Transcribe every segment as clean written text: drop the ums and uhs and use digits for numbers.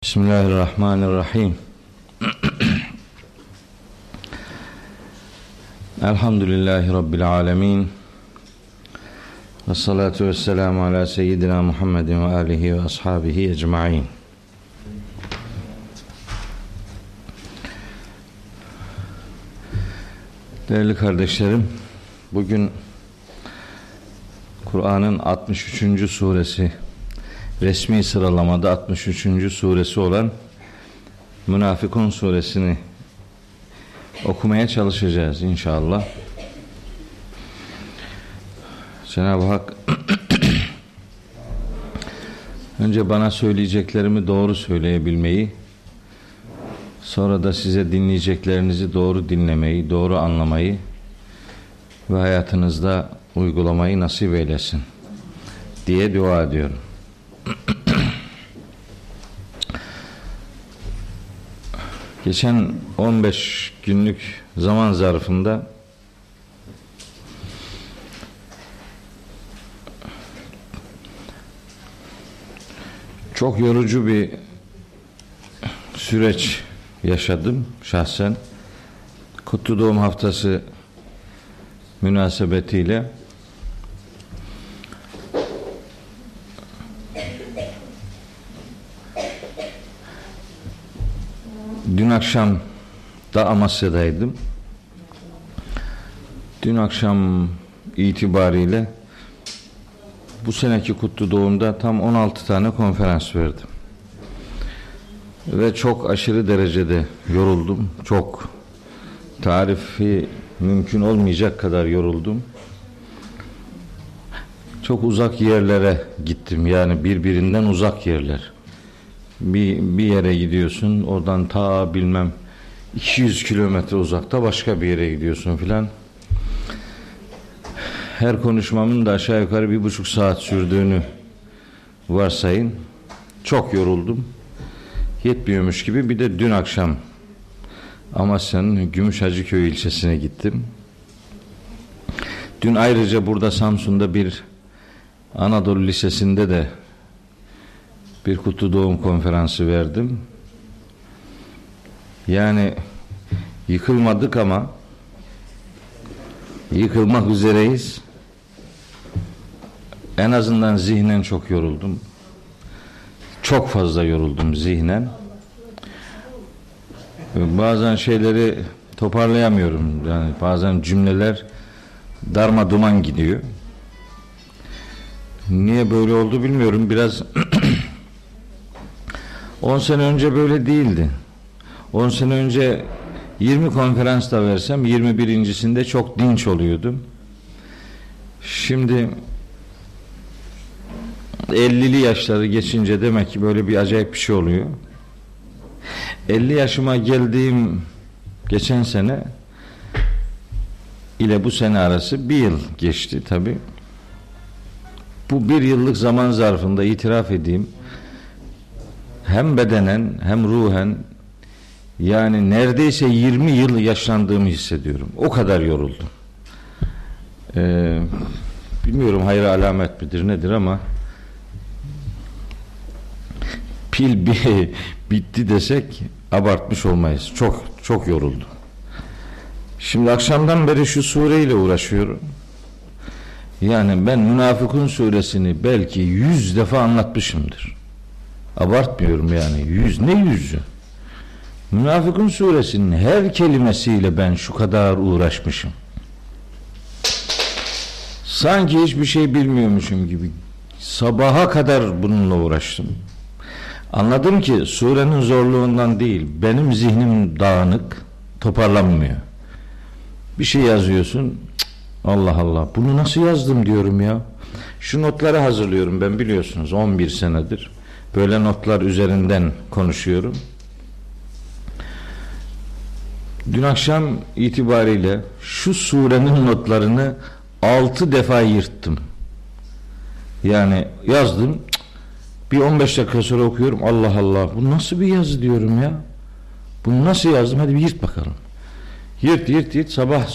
Bismillahirrahmanirrahim. Elhamdülillahi Rabbil alemin. Ve salatu ve selamu ala seyyidina Muhammedin ve alihi ve ashabihi ecma'in. Değerli kardeşlerim, bugün Kur'an'ın 63. suresi, resmi sıralamada 63. suresi olan Münafıkun suresini okumaya çalışacağız inşallah. Cenab-ı Hak önce bana söyleyeceklerimi doğru söyleyebilmeyi, sonra da size dinleyeceklerinizi doğru dinlemeyi, doğru anlamayı ve hayatınızda uygulamayı nasip eylesin diye dua ediyorum. Geçen 15 günlük zaman zarfında çok yorucu bir süreç yaşadım şahsen. Kutlu Doğum Haftası münasebetiyle dün akşam da Amasya'daydım. Dün akşam itibariyle bu seneki Kutlu Doğum'da tam 16 tane konferans verdim. Ve çok aşırı derecede yoruldum. Çok tarifi mümkün olmayacak kadar yoruldum. Çok uzak yerlere gittim. Yani birbirinden uzak yerler. Bir yere gidiyorsun, oradan ta bilmem 200 kilometre uzakta başka bir yere gidiyorsun filan. Her konuşmamın da aşağı yukarı 1,5 saat sürdüğünü varsayın. Çok yoruldum. Yetmiyormuş gibi bir de dün akşam Amasya'nın Gümüşhacıköy ilçesine gittim. Dün ayrıca burada Samsun'da bir Anadolu Lisesi'nde de bir Kutlu Doğum konferansı verdim. Yani yıkılmadık ama yıkılmak üzereyiz. En azından zihnen çok yoruldum. Çok fazla yoruldum zihnen. Bazen şeyleri toparlayamıyorum. Yani bazen cümleler darmaduman gidiyor. Niye böyle oldu bilmiyorum. Biraz 10 sene önce böyle değildi. 10 sene önce 20 konferans da versem 21.sinde çok dinç oluyordum. Şimdi 50'li yaşları geçince demek ki böyle bir acayip bir şey oluyor. 50 yaşıma geldiğim geçen sene ile bu sene arası bir yıl geçti tabii. Bu bir yıllık zaman zarfında itiraf edeyim, hem bedenen hem ruhen yani neredeyse 20 yıl yaşlandığımı hissediyorum. O kadar yoruldum. Bilmiyorum hayır alamet midir nedir ama pil bitti desek abartmış olmayız. Çok yoruldum. Şimdi akşamdan beri şu sureyle uğraşıyorum. Yani ben Münafıkun suresini belki 100 defa anlatmışımdır. Abartmıyorum yani. 100 ne 100'ü? Münafıkun suresinin her kelimesiyle ben şu kadar uğraşmışım. Sanki hiçbir şey bilmiyormuşum gibi. Sabaha kadar bununla uğraştım. Anladım ki surenin zorluğundan değil, benim zihnim dağınık, toparlanmıyor. Bir şey yazıyorsun, Allah Allah, bunu nasıl yazdım diyorum ya. Şu notları hazırlıyorum ben, biliyorsunuz 11 senedir. Böyle notlar üzerinden konuşuyorum. Dün akşam itibariyle şu surenin notlarını 6 defa yırttım. Yani yazdım, bir 15 dakika sonra okuyorum, Allah Allah, bu nasıl bir yazı diyorum ya. Bunu nasıl yazdım, hadi bir yırt bakalım. Yırt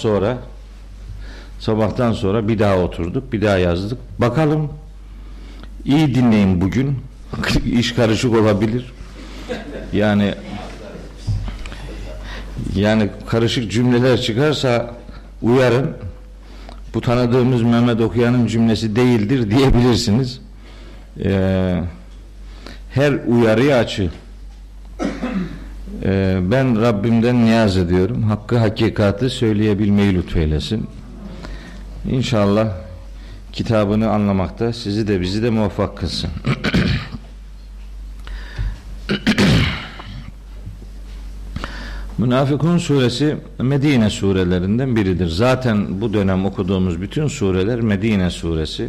sabahtan sonra bir daha oturduk, bir daha yazdık. Bakalım, iyi dinleyin bugün. İş karışık olabilir. Yani karışık cümleler çıkarsa uyarın. Bu tanıdığımız Mehmet Okuyan'ın cümlesi değildir diyebilirsiniz. Her uyarıya açı. Ben Rabbimden niyaz ediyorum. Hakkı hakikatı söyleyebilmeyi lütfeylesin. İnşallah kitabını anlamakta sizi de bizi de muvaffak kılsın. Münafıkun suresi Medine surelerinden biridir. Zaten bu dönem okuduğumuz bütün sureler Medine suresi.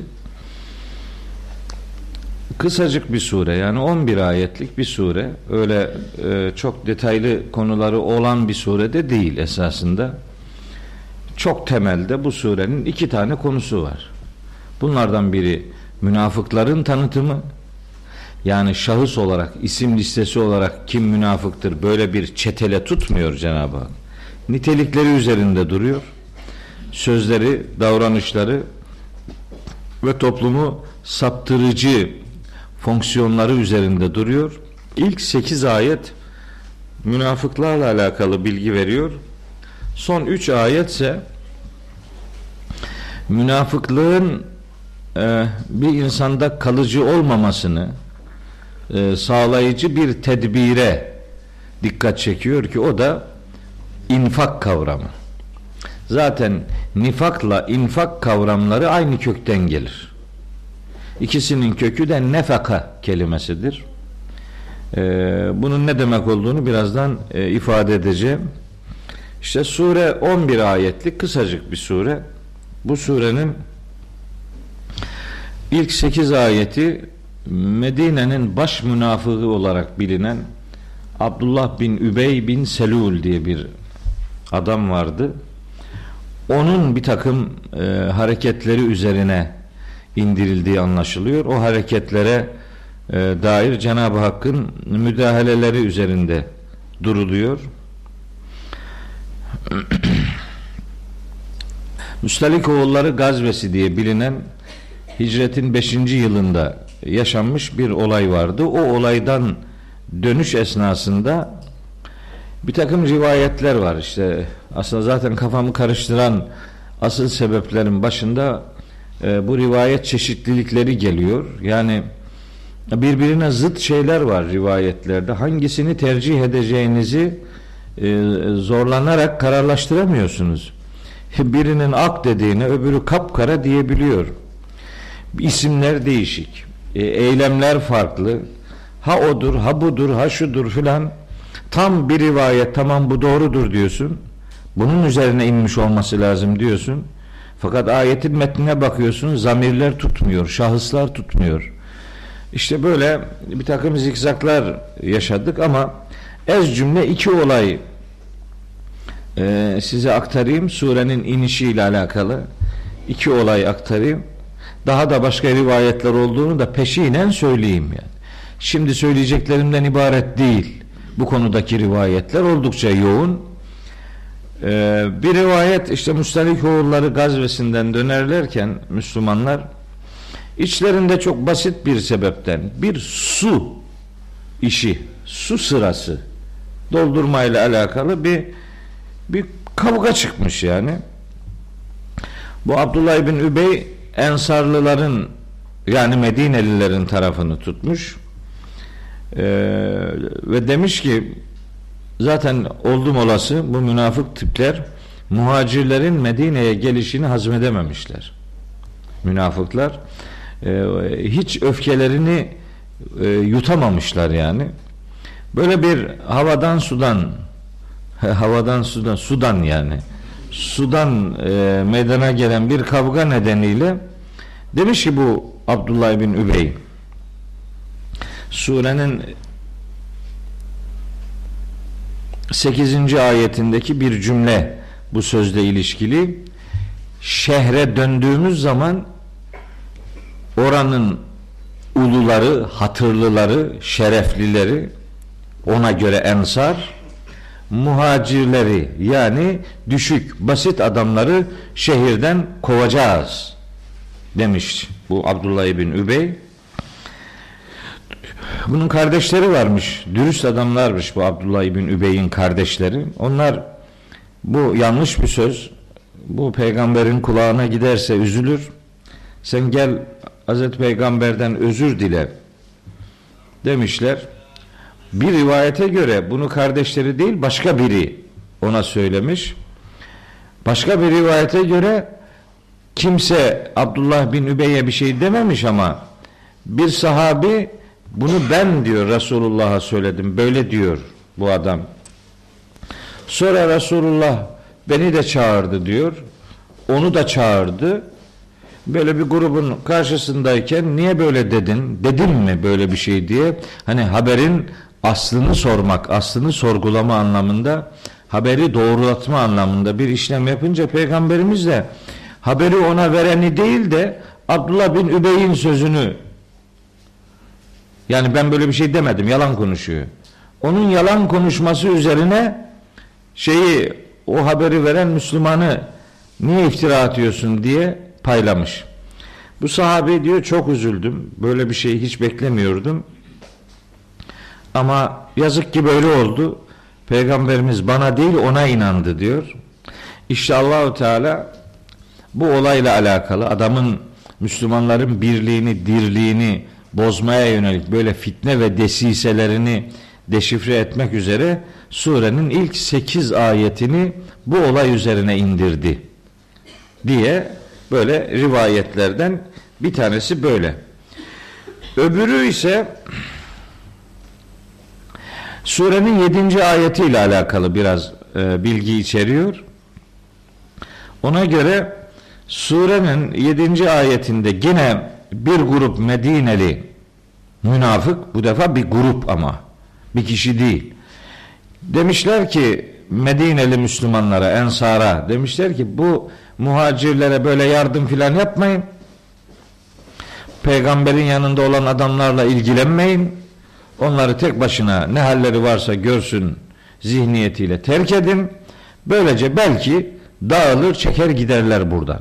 Kısacık bir sure, yani 11 ayetlik bir sure. Öyle çok detaylı konuları olan bir sure de değil esasında. Çok temelde bu surenin 2 tane konusu var. Bunlardan biri münafıkların tanıtımı. Yani şahıs olarak, isim listesi olarak kim münafıktır böyle bir çetele tutmuyor Cenab-ı Hak. Nitelikleri üzerinde duruyor. Sözleri, davranışları ve toplumu saptırıcı fonksiyonları üzerinde duruyor. İlk 8 ayet münafıklarla alakalı bilgi veriyor. Son 3 ayetse münafıklığın bir insanda kalıcı olmamasını sağlayıcı bir tedbire dikkat çekiyor ki o da infak kavramı. Zaten nifakla infak kavramları aynı kökten gelir. İkisinin kökü de nefaka kelimesidir. Bunun ne demek olduğunu birazdan ifade edeceğim. İşte sure 11 ayetlik kısacık bir sure. Bu surenin ilk 8 ayeti Medine'nin baş münafığı olarak bilinen Abdullah bin Übey bin Selul diye bir adam vardı. Onun bir takım hareketleri üzerine indirildiği anlaşılıyor. O hareketlere dair Cenab-ı Hakk'ın müdahaleleri üzerinde duruluyor. Müstalikoğulları gazvesi diye bilinen hicretin 5. yılında yaşanmış bir olay vardı. O olaydan dönüş esnasında bir takım rivayetler var. İşte aslında zaten kafamı karıştıran asıl sebeplerin başında bu rivayet çeşitlilikleri geliyor. Yani birbirine zıt şeyler var rivayetlerde. Hangisini tercih edeceğinizi zorlanarak kararlaştıramıyorsunuz. Birinin ak dediğine öbürü kapkara diyebiliyor. İsimler değişik. Eylemler farklı. Ha odur, ha budur, ha şudur filan. Tam bir rivayet, tamam bu doğrudur diyorsun. Bunun üzerine inmiş olması lazım diyorsun. Fakat ayetin metnine bakıyorsun, zamirler tutmuyor, şahıslar tutmuyor. İşte böyle bir takım zikzaklar yaşadık ama ez cümle 2 olay size aktarayım. Surenin inişiyle alakalı 2 olay aktarayım. Daha da başka rivayetler olduğunu da peşinen söyleyeyim yani. Şimdi söyleyeceklerimden ibaret değil. Bu konudaki rivayetler oldukça yoğun. Bir rivayet işte Müstalikoğulları gazvesinden dönerlerken Müslümanlar içlerinde çok basit bir sebepten bir su işi, su sırası doldurmayla alakalı bir kavga çıkmış yani. Bu Abdullah bin Übey Ensarlıların yani Medinelilerin tarafını tutmuş ve demiş ki zaten oldum olası bu münafık tipler muhacirlerin Medine'ye gelişini hazmedememişler. Münafıklar hiç öfkelerini yutamamışlar yani. Böyle bir havadan sudan yani sudan meydana gelen bir kavga nedeniyle demiş ki bu Abdullah bin Übey surenin 8. ayetindeki bir cümle bu sözle ilişkili. Şehre döndüğümüz zaman oranın uluları, hatırlıları, şereflileri, ona göre ensar, muhacirleri yani düşük, basit adamları şehirden kovacağız demiş bu Abdullah bin Übey. Bunun kardeşleri varmış. Dürüst adamlarmış bu Abdullah İbni Übey'in kardeşleri. Onlar bu yanlış bir söz, bu peygamberin kulağına giderse üzülür. Sen gel Hazreti Peygamber'den özür dile demişler. Bir rivayete göre bunu kardeşleri değil başka biri ona söylemiş. Başka bir rivayete göre kimse Abdullah bin Übey'e bir şey dememiş ama bir sahabi bunu ben diyor Resulullah'a söyledim. Böyle diyor bu adam. Sonra Resulullah beni de çağırdı diyor. Onu da çağırdı. Böyle bir grubun karşısındayken niye böyle dedin? Dedim mi böyle bir şey diye. Hani haberin aslını sormak, aslını sorgulama anlamında, haberi doğrulatma anlamında bir işlem yapınca Peygamberimiz de haberi ona vereni değil de Abdullah bin Übey'in sözünü, yani ben böyle bir şey demedim, yalan konuşuyor. Onun yalan konuşması üzerine o haberi veren Müslümanı niye iftira atıyorsun diye paylamış. Bu sahabe diyor çok üzüldüm. Böyle bir şeyi hiç beklemiyordum. Ama yazık ki böyle oldu. Peygamberimiz bana değil ona inandı diyor. İşte Allahu Teala bu olayla alakalı adamın Müslümanların birliğini, dirliğini bozmaya yönelik böyle fitne ve desiselerini deşifre etmek üzere surenin ilk 8 ayetini bu olay üzerine indirdi diye böyle rivayetlerden bir tanesi böyle. Öbürü ise surenin 7. ayetiyle alakalı biraz bilgi içeriyor. Ona göre surenin 7. ayetinde yine bir grup Medineli münafık, bu defa bir grup ama bir kişi değil. Demişler ki Medineli Müslümanlara, Ensara demişler ki bu muhacirlere böyle yardım filan yapmayın. Peygamberin yanında olan adamlarla ilgilenmeyin. Onları tek başına ne halleri varsa görsün zihniyetiyle terk edin. Böylece belki dağılır çeker giderler buradan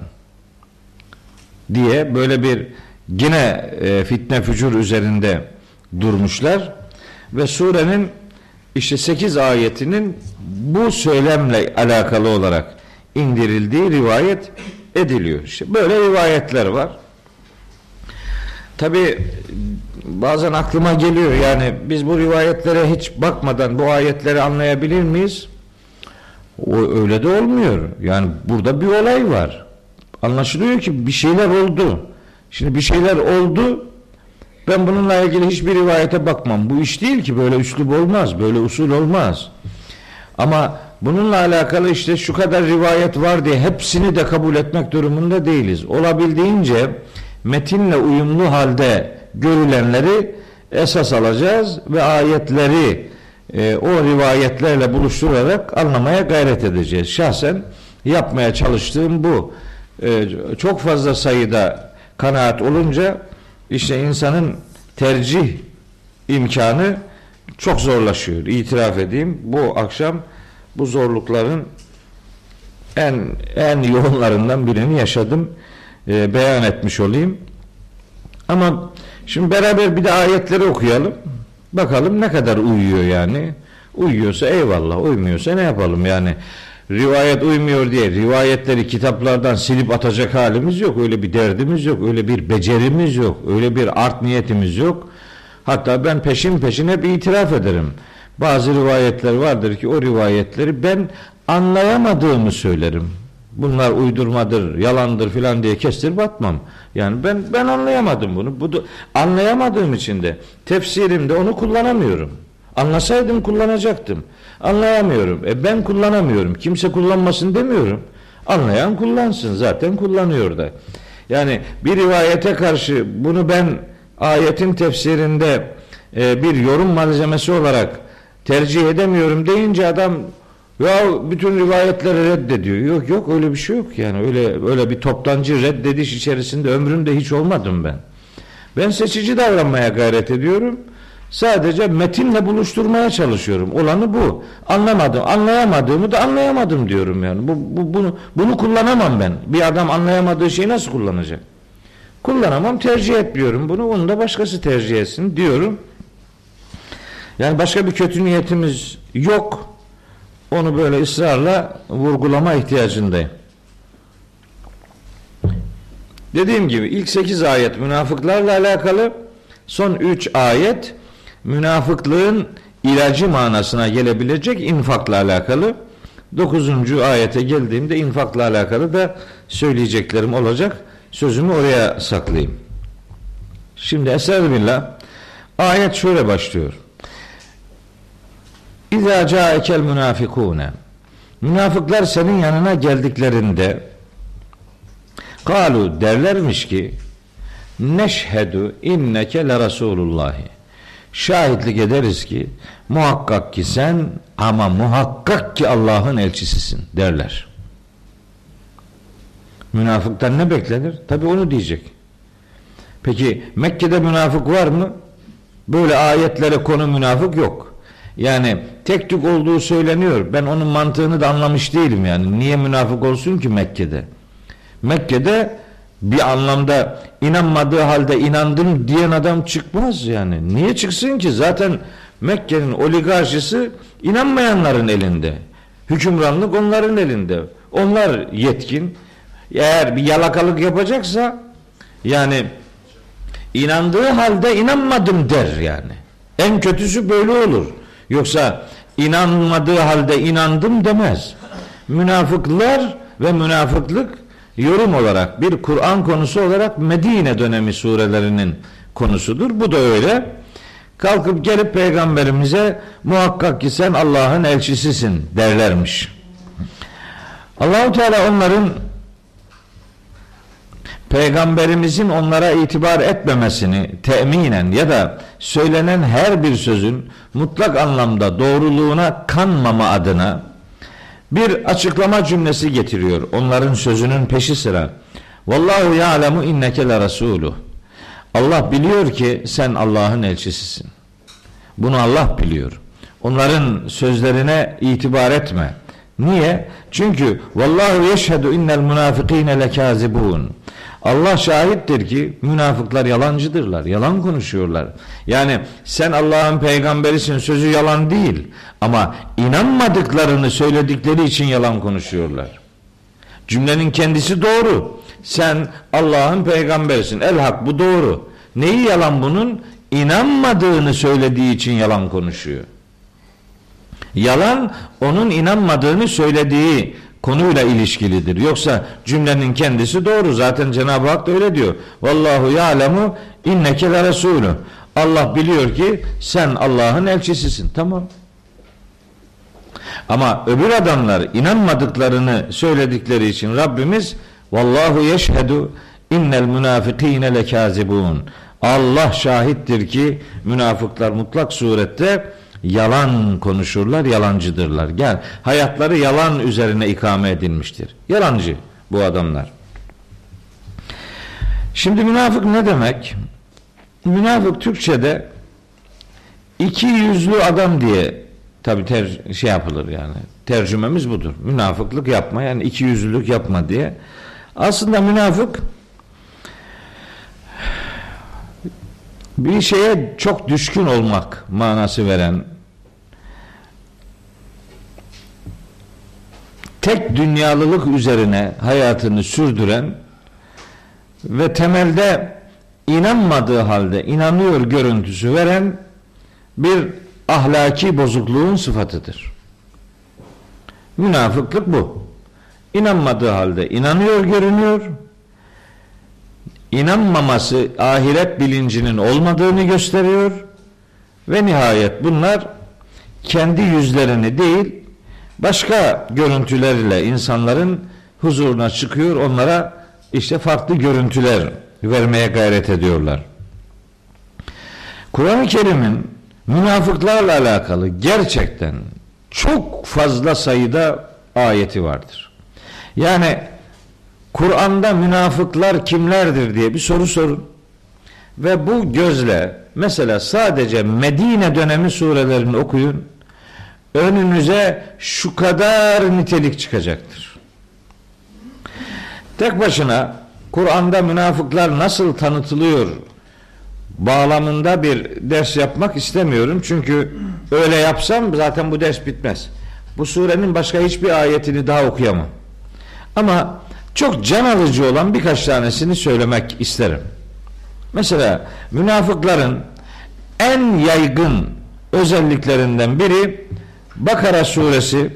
diye böyle bir yine fitne fücur üzerinde durmuşlar ve surenin işte 8 ayetinin bu söylemle alakalı olarak indirildiği rivayet ediliyor. İşte böyle rivayetler var. Tabi bazen aklıma geliyor, yani biz bu rivayetlere hiç bakmadan bu ayetleri anlayabilir miyiz? Öyle de olmuyor. Yani burada bir olay var. Anlaşılıyor ki bir şeyler oldu. Şimdi bir şeyler oldu. Ben bununla ilgili hiçbir rivayete bakmam. Bu iş değil ki, böyle üslup olmaz, böyle usul olmaz. Ama bununla alakalı işte şu kadar rivayet var diye hepsini de kabul etmek durumunda değiliz. Olabildiğince metinle uyumlu halde görülenleri esas alacağız ve ayetleri o rivayetlerle buluşturarak anlamaya gayret edeceğiz. Şahsen yapmaya çalıştığım bu. Çok fazla sayıda kanaat olunca işte insanın tercih imkanı çok zorlaşıyor. İtiraf edeyim, bu akşam bu zorlukların en yoğunlarından birini yaşadım. Beyan etmiş olayım. Ama şimdi beraber bir de ayetleri okuyalım. Bakalım ne kadar uyuyor yani. Uyuyorsa eyvallah, uymuyorsa ne yapalım yani. Rivayet uymuyor diye rivayetleri kitaplardan silip atacak halimiz yok. Öyle bir derdimiz yok. Öyle bir becerimiz yok. Öyle bir art niyetimiz yok. Hatta ben peşin hep itiraf ederim. Bazı rivayetler vardır ki o rivayetleri ben anlayamadığımı söylerim. Bunlar uydurmadır, yalandır filan diye kestirip atmam. Yani ben anlayamadım bunu. Anlayamadığım için de tefsirimde onu kullanamıyorum. Anlasaydım kullanacaktım. Anlayamıyorum. Ben kullanamıyorum. Kimse kullanmasın demiyorum. Anlayan kullansın. Zaten kullanıyor da. Yani bir rivayete karşı bunu ben ayetin tefsirinde bir yorum malzemesi olarak tercih edemiyorum deyince adam ya bütün rivayetleri reddediyor. Yok öyle bir şey yok yani. Öyle bir toptancı reddediş içerisinde ömrümde hiç olmadım ben. Ben seçici davranmaya gayret ediyorum. Sadece metinle buluşturmaya çalışıyorum. Olanı bu. Anlayamadığımı da anlayamadım diyorum yani. Bunu kullanamam ben. Bir adam anlayamadığı şeyi nasıl kullanacak? Kullanamam, tercih etmiyorum bunu. Onu da başkası tercih etsin diyorum. Yani başka bir kötü niyetimiz yok. Onu böyle ısrarla vurgulama ihtiyacındayım. Dediğim gibi ilk 8 ayet münafıklarla alakalı, son 3 ayet münafıklığın ilacı manasına gelebilecek infakla alakalı. 9. ayete geldiğimde infakla alakalı da söyleyeceklerim olacak. Sözümü oraya saklayayım. Şimdi estağfirullah. Ayet şöyle başlıyor. İzâ câekel münâfikûne. Münafıklar senin yanına geldiklerinde kâlu derlermiş ki neşhedü inneke le rasûlullâhi. Şahitlik ederiz ki muhakkak ki sen, ama muhakkak ki Allah'ın elçisisin derler. Münafıktan ne beklenir? Tabii onu diyecek. Peki Mekke'de münafık var mı? Böyle ayetlere konu münafık yok. Yani tek tük olduğu söyleniyor. Ben onun mantığını da anlamış değilim yani. Niye münafık olsun ki Mekke'de? Mekke'de bir anlamda inanmadığı halde inandım diyen adam çıkmaz yani. Niye çıksın ki? Zaten Mekke'nin oligarşisi inanmayanların elinde. Hükümranlık onların elinde. Onlar yetkin. Eğer bir yalakalık yapacaksa yani inandığı halde inanmadım der yani. En kötüsü böyle olur. Yoksa inanmadığı halde inandım demez. Münafıklar ve münafıklık yorum olarak, bir Kur'an konusu olarak Medine dönemi surelerinin konusudur. Bu da öyle. Kalkıp gelip peygamberimize muhakkak ki sen Allah'ın elçisisin derlermiş. Allah-u Teala onların peygamberimizin onlara itibar etmemesini teminen ya da söylenen her bir sözün mutlak anlamda doğruluğuna kanmama adına bir açıklama cümlesi getiriyor. Onların sözünün peşi sıra. Vallahu ya'lemu inneke le rasuluh. Allah biliyor ki sen Allah'ın elçisisin. Bunu Allah biliyor. Onların sözlerine itibar etme. Niye? Çünkü vallahu yeşhedü innel münafıkîne lekâzibûn. Allah şahittir ki münafıklar yalancıdırlar. Yalan konuşuyorlar. Yani sen Allah'ın peygamberisin sözü yalan değil. Ama inanmadıklarını söyledikleri için yalan konuşuyorlar. Cümlenin kendisi doğru. Sen Allah'ın peygamberisin. El hak, bu doğru. Neyi yalan bunun? İnanmadığını söylediği için yalan konuşuyor. Yalan onun inanmadığını söylediği konuyla ilişkilidir. Yoksa cümlenin kendisi doğru. Zaten Cenab-ı Hak da öyle diyor. Vallahu ya'lemu inneke le resulü. Allah biliyor ki sen Allah'ın elçisisin. Tamam. Ama öbür adamlar inanmadıklarını söyledikleri için Rabbimiz vallahu yeşhedü innel münafıkîne lekâzibûn. Allah şahittir ki münafıklar mutlak surette yalan konuşurlar, yalancıdırlar. Gel, hayatları yalan üzerine ikame edilmiştir. Yalancı bu adamlar. Şimdi münafık ne demek? Münafık Türkçe'de iki yüzlü adam diye tabi yapılır yani. Tercümemiz budur. Münafıklık yapma, yani iki yüzlülük yapma diye. Aslında münafık bir şeye çok düşkün olmak manası veren, tek dünyalılık üzerine hayatını sürdüren ve temelde inanmadığı halde inanıyor görüntüsü veren bir ahlaki bozukluğun sıfatıdır. Münafıklık bu. İnanmadığı halde inanıyor görünüyor. İnanmaması ahiret bilincinin olmadığını gösteriyor ve nihayet bunlar kendi yüzlerini değil başka görüntülerle insanların huzuruna çıkıyor, onlara işte farklı görüntüler vermeye gayret ediyorlar. Kur'an-ı Kerim'in münafıklarla alakalı gerçekten çok fazla sayıda ayeti vardır. Yani Kur'an'da münafıklar kimlerdir diye bir soru sorun. Ve bu gözle mesela sadece Medine dönemi surelerini okuyun. Önünüze şu kadar nitelik çıkacaktır. Tek başına Kur'an'da münafıklar nasıl tanıtılıyor bağlamında bir ders yapmak istemiyorum. Çünkü öyle yapsam zaten bu ders bitmez. Bu surenin başka hiçbir ayetini daha okuyamam. Ama çok can alıcı olan birkaç tanesini söylemek isterim. Mesela münafıkların en yaygın özelliklerinden biri Bakara suresi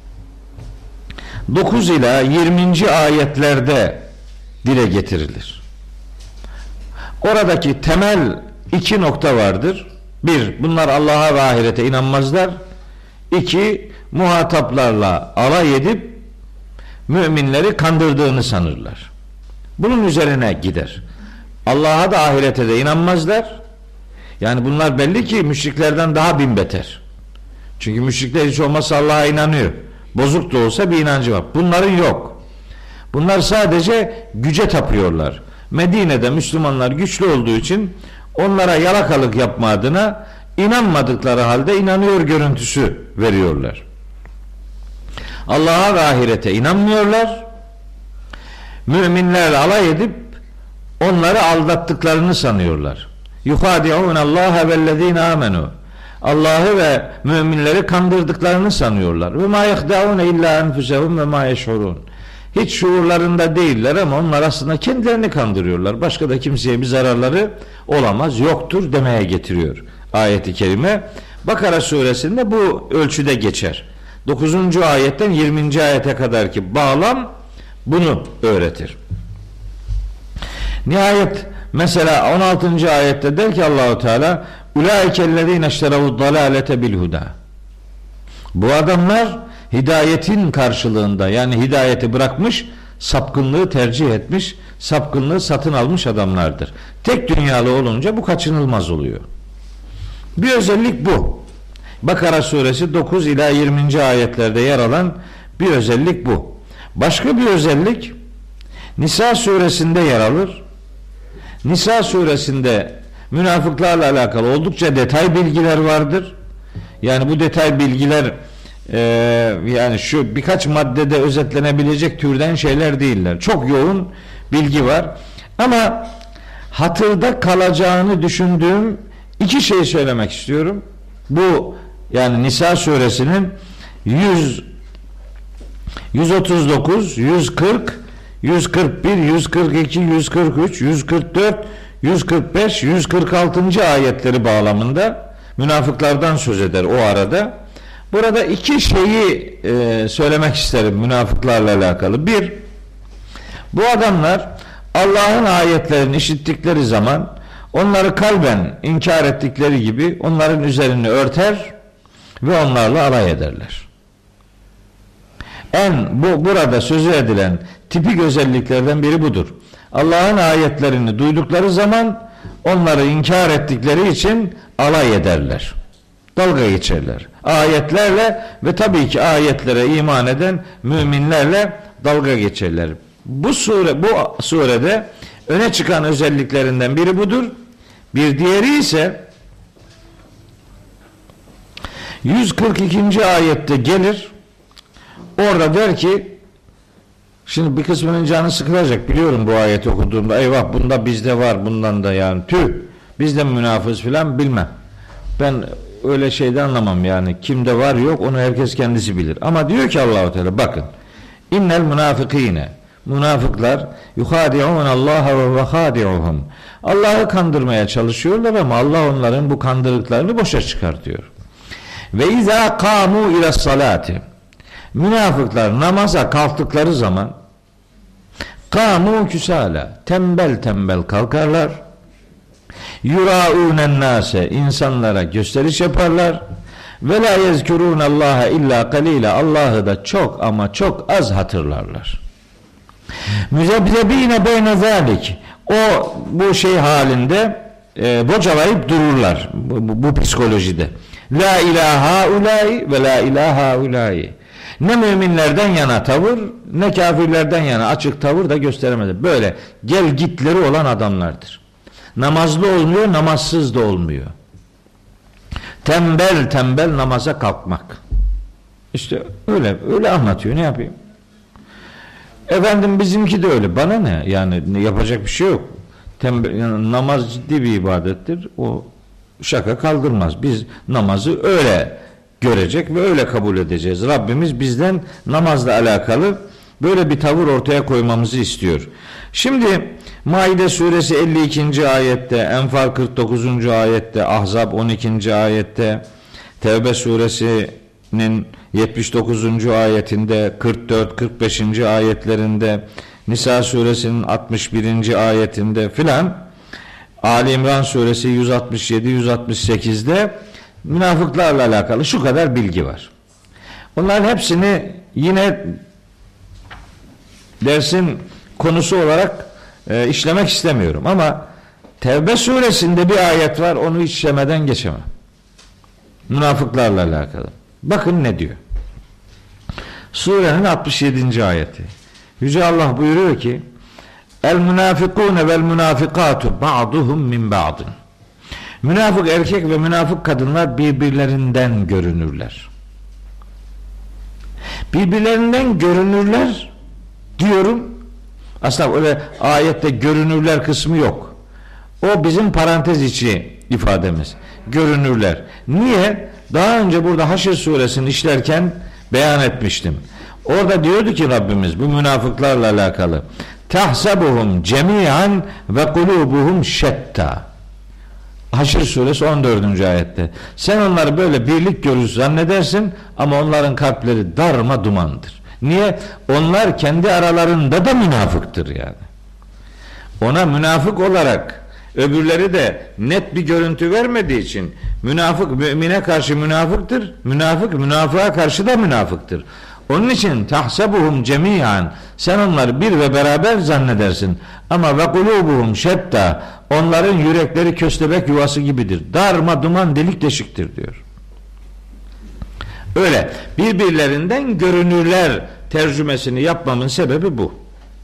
9 ila 20. ayetlerde dile getirilir. Oradaki temel iki nokta vardır. Bir, bunlar Allah'a ve ahirete inanmazlar. İki, muhataplarla alay edip müminleri kandırdığını sanırlar. Bunun üzerine gider. Allah'a da ahirete de inanmazlar. Yani bunlar belli ki müşriklerden daha bin beter. Çünkü müşrikler hiç olmazsa Allah'a inanıyor. Bozuk da olsa bir inancı var. Bunların yok. Bunlar sadece güce tapıyorlar. Medine'de Müslümanlar güçlü olduğu için onlara yalakalık yapma adına inanmadıkları halde inanıyor görüntüsü veriyorlar. Allah'a ve ahirete inanmıyorlar. Müminlerle alay edip onları aldattıklarını sanıyorlar. Yuhadi'un Allah'a vellezine amenu. Allah'ı ve müminleri kandırdıklarını sanıyorlar. Ve ma yehda'un illa enfusehum ve ma yeş'urun. Hiç şuurlarında değiller ama onlar aslında kendilerini kandırıyorlar. Başka da kimseye bir zararları olamaz, yoktur demeye getiriyor ayet-i kerime. Bakara suresinde bu ölçüde geçer. 9. ayetten 20. ayete kadarki bağlam bunu öğretir. Nihayet mesela 16. ayette der ki Allahu Teala ulaikellezine işteravu'd dalalete bil huda. Bu adamlar hidayetin karşılığında, yani hidayeti bırakmış, sapkınlığı tercih etmiş, sapkınlığı satın almış adamlardır. Tek dünyalı olunca bu kaçınılmaz oluyor. Bir özellik bu. Bakara suresi 9 ila 20. ayetlerde yer alan bir özellik bu. Başka bir özellik Nisa suresinde yer alır. Nisa suresinde münafıklarla alakalı oldukça detay bilgiler vardır. Yani bu detay bilgiler yani şu birkaç maddede özetlenebilecek türden şeyler değiller. Çok yoğun bilgi var. Ama hatırda kalacağını düşündüğüm iki şey söylemek istiyorum. Bu yani Nisa suresinin 139, 140, 141, 142, 143, 144, 145, 146. ayetleri bağlamında münafıklardan söz eder o arada. Burada iki şeyi söylemek isterim münafıklarla alakalı. Bir, bu adamlar Allah'ın ayetlerini işittikleri zaman onları kalben inkar ettikleri gibi onların üzerini örter ve onlarla alay ederler. Burada sözü edilen tipik özelliklerden biri budur. Allah'ın ayetlerini duydukları zaman onları inkar ettikleri için alay ederler. Dalga geçerler. Ayetlerle ve tabii ki ayetlere iman eden müminlerle dalga geçerler. Bu surede öne çıkan özelliklerinden biri budur. Bir diğeri ise 142. ayette gelir. Orada der ki, şimdi bir kısmının canı sıkılacak biliyorum bu ayeti okuduğumda. Eyvah bunda bizde var, bundan da yani tüh biz de münafız filan bilmem. Ben öyle şeyden anlamam yani. Kimde var yok onu herkes kendisi bilir. Ama diyor ki Allah-u Teala bakın. İnnel münafıkîne. Münafıklar yuhadi'un Allah'a ve hadi'uhum. Allah'ı kandırmaya çalışıyorlar ama Allah onların bu kandırdıklarını boşa çıkartıyor. Ve izâ kâmû ila salâti. Münafıklar namaza kalktıkları zaman kâmû küsâlâ. Tembel tembel kalkarlar. Yurâûnen nâse. İnsanlara gösteriş yaparlar. Ve lâ yezkurûnallâhe illâ kalîlâ. Allah'ı da çok ama çok az hatırlarlar. Müzebzebîne beyne zâlik. Bu şey halinde bocalayıp dururlar. Bu psikolojide. La ilaha ulâi ve la ilaha ulâi. Ne müminlerden yana tavır, ne kafirlerden yana açık tavır da gösteremedi. Böyle gel gitleri olan adamlardır. Namazlı olmuyor, namazsız da olmuyor. Tembel tembel namaza kalkmak. İşte öyle anlatıyor. Ne yapayım? Efendim bizimki de öyle. Bana ne? Yani yapacak bir şey yok. Yani namaz ciddi bir ibadettir. O şaka kaldırmaz. Biz namazı öyle görecek ve öyle kabul edeceğiz. Rabbimiz bizden namazla alakalı böyle bir tavır ortaya koymamızı istiyor. Şimdi Maide suresi 52. ayette, Enfal 49. ayette, Ahzab 12. ayette, Tevbe suresinin 79. ayetinde, 44-45. ayetlerinde, Nisa suresinin 61. ayetinde filan, Ali İmran suresi 167-168'de münafıklarla alakalı şu kadar bilgi var. Onların hepsini yine dersin konusu olarak işlemek istemiyorum ama Tevbe suresinde bir ayet var, onu işlemeden geçemem. Münafıklarla alakalı. Bakın ne diyor. Surenin 67. ayeti. Yüce Allah buyuruyor ki: El münafikune vel münafikatu ba'duhum min ba'din. Münafık erkek ve münafık kadınlar birbirlerinden görünürler. Birbirlerinden görünürler diyorum. Aslında öyle ayette görünürler kısmı yok. O bizim parantez içi ifademiz. Görünürler. Niye? Daha önce burada Haşr suresini işlerken beyan etmiştim. Orada diyordu ki Rabbimiz bu münafıklarla alakalı: tahsabuhum cemian ve kulubuhum şetta. Haşr suresi 14. ayette. Sen onları böyle birlik görür zannedersin ama onların kalpleri darma dumandır. Niye? Onlar kendi aralarında da münafıktır yani. Ona münafık olarak öbürleri de net bir görüntü vermediği için münafık mümine karşı münafıktır. Münafık münafığa karşı da münafıktır. Onun için tahsabuhum cemiyan, sen onları bir ve beraber zannedersin ama ve kulubuhum şetta, onların yürekleri köstebek yuvası gibidir. Darma duman delik deşiktir diyor. Öyle birbirlerinden görünürler tercümesini yapmamın sebebi bu.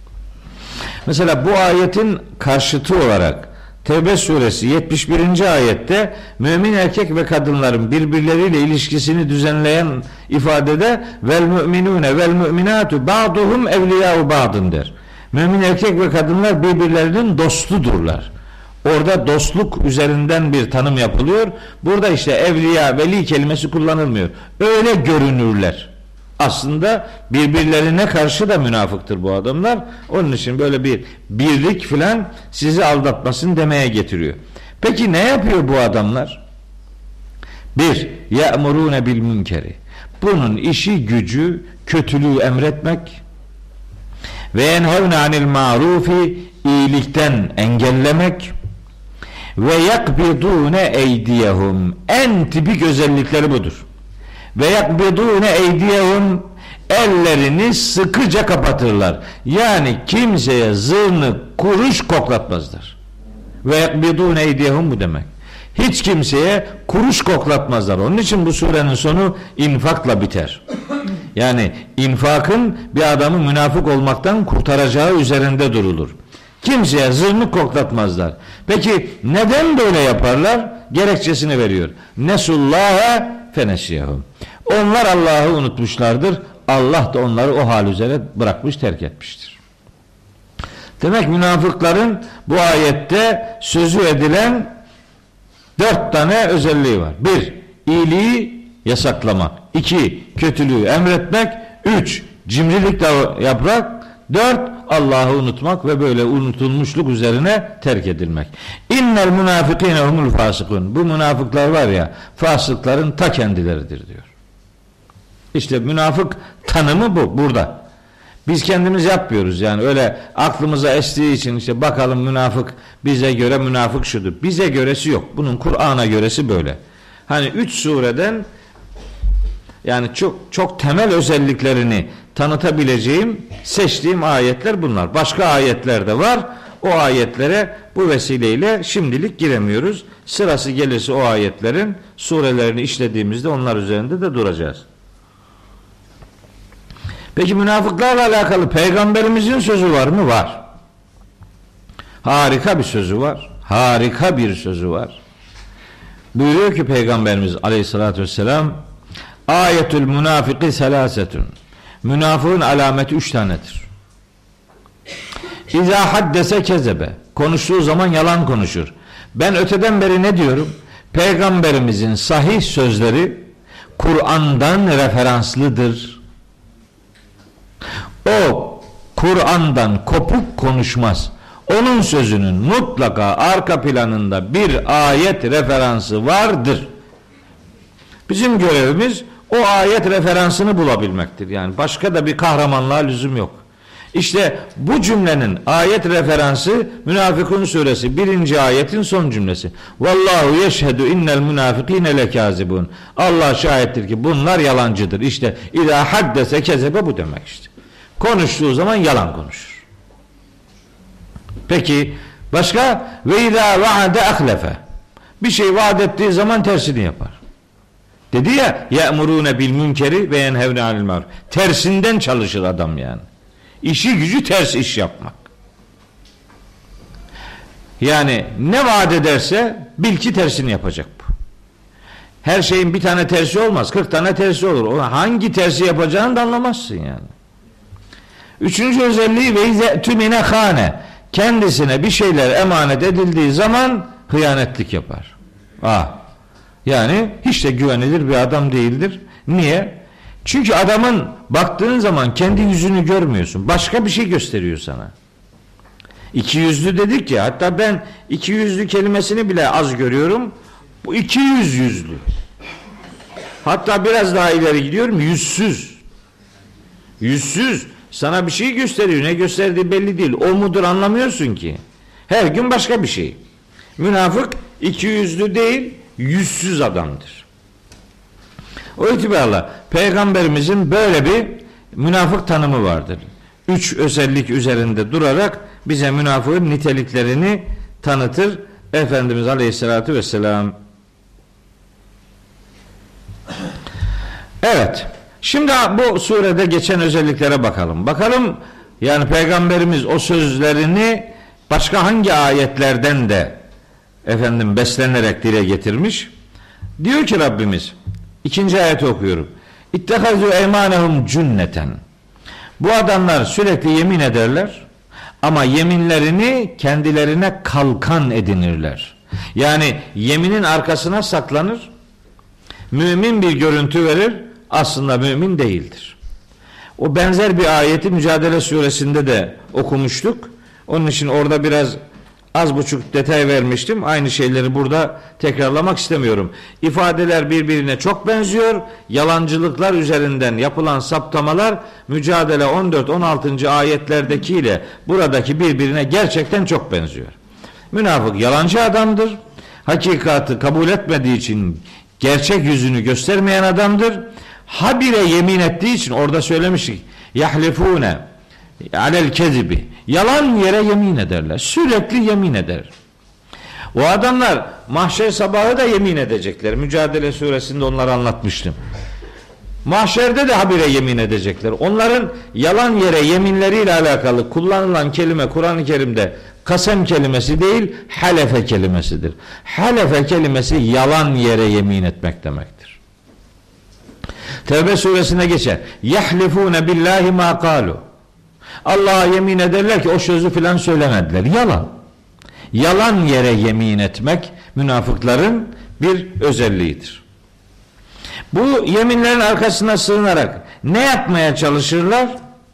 Mesela bu ayetin karşıtı olarak Tevbe suresi 71. ayette mümin erkek ve kadınların birbirleriyle ilişkisini düzenleyen ifadede vel müminune vel müminatu ba'duhum evliya'u ba'dın der. Mümin erkek ve kadınlar birbirlerinin dostudurlar. Orada dostluk üzerinden bir tanım yapılıyor. Burada işte evliya, veli kelimesi kullanılmıyor. Öyle görünürler. Aslında birbirlerine karşı da münafıktır bu adamlar. Onun için böyle bir birlik filan sizi aldatmasın demeye getiriyor. Peki ne yapıyor bu adamlar? Bir, ye'murune bil münkeri. Bunun işi gücü kötülüğü emretmek ve yenhevne anil marufi, iyilikten engellemek ve yakbidune eydiyehum. En tipik özellikleri budur. Ve yakbidune eydiyehum, ellerini sıkıca kapatırlar. Yani kimseye zırnık kuruş koklatmazlar. Ve yakbidune eydiyehum bu demek. Hiç kimseye kuruş koklatmazlar. Onun için bu surenin sonu infakla biter. Yani infakın bir adamı münafık olmaktan kurtaracağı üzerinde durulur. Kimseye zırnık koklatmazlar. Peki neden böyle yaparlar? Gerekçesini veriyor. Nesullâhe fenesiyehum. Onlar Allah'ı unutmuşlardır. Allah da onları o hal üzere bırakmış, terk etmiştir. Demek münafıkların bu ayette sözü edilen 4 tane özelliği var. 1. İyiliği yasaklamak. 2. Kötülüğü emretmek. 3. Cimrilik yapmak. 4. Allah'ı unutmak ve böyle unutulmuşluk üzerine terk edilmek. İnnel münafıkîne humul fasıkun. Bu münafıklar var ya, fasıkların ta kendileridir diyor. İşte münafık tanımı bu burada. Biz kendimiz yapmıyoruz yani, öyle aklımıza estiği için işte bakalım münafık, bize göre münafık şudur. Bize göresi yok. Bunun Kur'an'a göresi böyle. Hani 3 sureden yani çok temel özelliklerini tanıtabileceğim, seçtiğim ayetler bunlar. Başka ayetler de var. O ayetlere bu vesileyle şimdilik giremiyoruz. Sırası gelirse o ayetlerin surelerini işlediğimizde onlar üzerinde de duracağız. Peki münafıklarla alakalı peygamberimizin sözü var mı? Var. Harika bir sözü var. Harika bir sözü var. Buyuruyor ki Peygamberimiz Aleyhisselatü Vesselam: Ayetül münafiki selasetun. Münafığın alameti 3 tanedir. İzâ haddese kezebe. Konuştuğu zaman yalan konuşur. Ben öteden beri ne diyorum? Peygamberimizin sahih sözleri Kur'an'dan referanslıdır. O Kur'an'dan kopuk konuşmaz. Onun sözünün mutlaka arka planında bir ayet referansı vardır. Bizim görevimiz o ayet referansını bulabilmektir. Yani başka da bir kahramanlığa lüzum yok. İşte bu cümlenin ayet referansı Münafıkun suresi 1. ayetin son cümlesi. Vallahu yeşhedü innel münafikine lekazibun. Allah şahittir ki bunlar yalancıdır. İşte İzâ haddese kezebe bu demek işte. Konuştuğu zaman yalan konuşur. Peki başka? Ve izâ vaade ahlefe. Bir şey vaat ettiği zaman tersini yapar. Dedi ya ye'murûne bil münkeri ve yenhevne anil maruf. Tersinden çalışır adam yani. İşi gücü ters iş yapmak. Yani ne vaat ederse bil ki tersini yapacak bu. Her şeyin bir tane tersi olmaz. 40 tane tersi olur. O hangi tersi yapacağını da anlamazsın yani. Üçüncü özelliği ve izetümine hane. Kendisine bir şeyler emanet edildiği zaman hıyanetlik yapar. Yani hiç de güvenilir bir adam değildir. Niye? Çünkü adamın baktığın zaman kendi yüzünü görmüyorsun. Başka bir şey gösteriyor sana. İki yüzlü dedik ya, hatta ben iki yüzlü kelimesini bile az görüyorum. Bu 200 yüzlü. Hatta biraz daha ileri gidiyorum, yüzsüz. Yüzsüz. Sana bir şey gösteriyor. Ne gösterdiği belli değil. O mudur anlamıyorsun ki. Her gün başka bir şey. Münafık 200'lü değil, yüzsüz adamdır. O itibarla Peygamberimizin böyle bir münafık tanımı vardır. 3 özellik üzerinde durarak bize münafığın niteliklerini tanıtır Efendimiz Aleyhisselatü Vesselam. Evet. Şimdi bu surede geçen özelliklere bakalım. Bakalım yani Peygamberimiz o sözlerini başka hangi ayetlerden de beslenerek dile getirmiş. Diyor ki Rabbimiz, 2. ayeti okuyorum. İttehazu eymanehum cünneten. Bu adamlar sürekli yemin ederler ama yeminlerini kendilerine kalkan edinirler. Yani yeminin arkasına saklanır. Mümin bir görüntü verir. Aslında mümin değildir. O benzer bir ayeti Mücadele Suresinde de okumuştuk. Onun için orada biraz az buçuk detay vermiştim. Aynı şeyleri burada tekrarlamak istemiyorum. İfadeler birbirine çok benziyor. Yalancılıklar üzerinden yapılan saptamalar Mücadele 14-16. ayetlerdekiyle buradaki birbirine gerçekten çok benziyor. Münafık yalancı adamdır. Hakikati kabul etmediği için gerçek yüzünü göstermeyen adamdır. Habire yemin ettiği için orada söylemiştik. Yahlifune alel kezibi. Yalan yere yemin ederler. Sürekli yemin eder. O adamlar mahşer sabahı da yemin edecekler. Mücadele Suresinde onları anlatmıştım. Mahşerde de habire yemin edecekler. Onların yalan yere yeminleriyle alakalı kullanılan kelime Kur'an-ı Kerim'de kasem kelimesi değil, halefe kelimesidir. Halefe kelimesi yalan yere yemin etmek demektir. Tevbe suresine geçer. Yahlifune billahi ma kalu. Allah'a yemin ederler ki o sözü filan söylemediler. Yalan. Yalan yere yemin etmek münafıkların bir özelliğidir. Bu yeminlerin arkasına sığınarak ne yapmaya çalışırlar?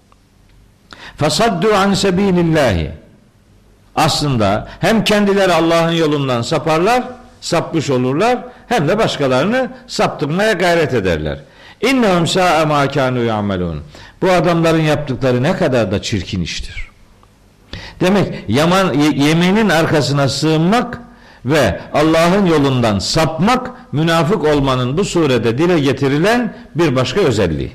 Fasaddu an sebilillahi. Aslında hem kendileri Allah'ın yolundan sapmış olurlar, hem de başkalarını saptırmaya gayret ederler. İnnehum sa'a ma kanu ya'melun. Bu adamların yaptıkları ne kadar da çirkin iştir. Demek yeminin arkasına sığınmak ve Allah'ın yolundan sapmak münafık olmanın bu surede dile getirilen bir başka özelliği.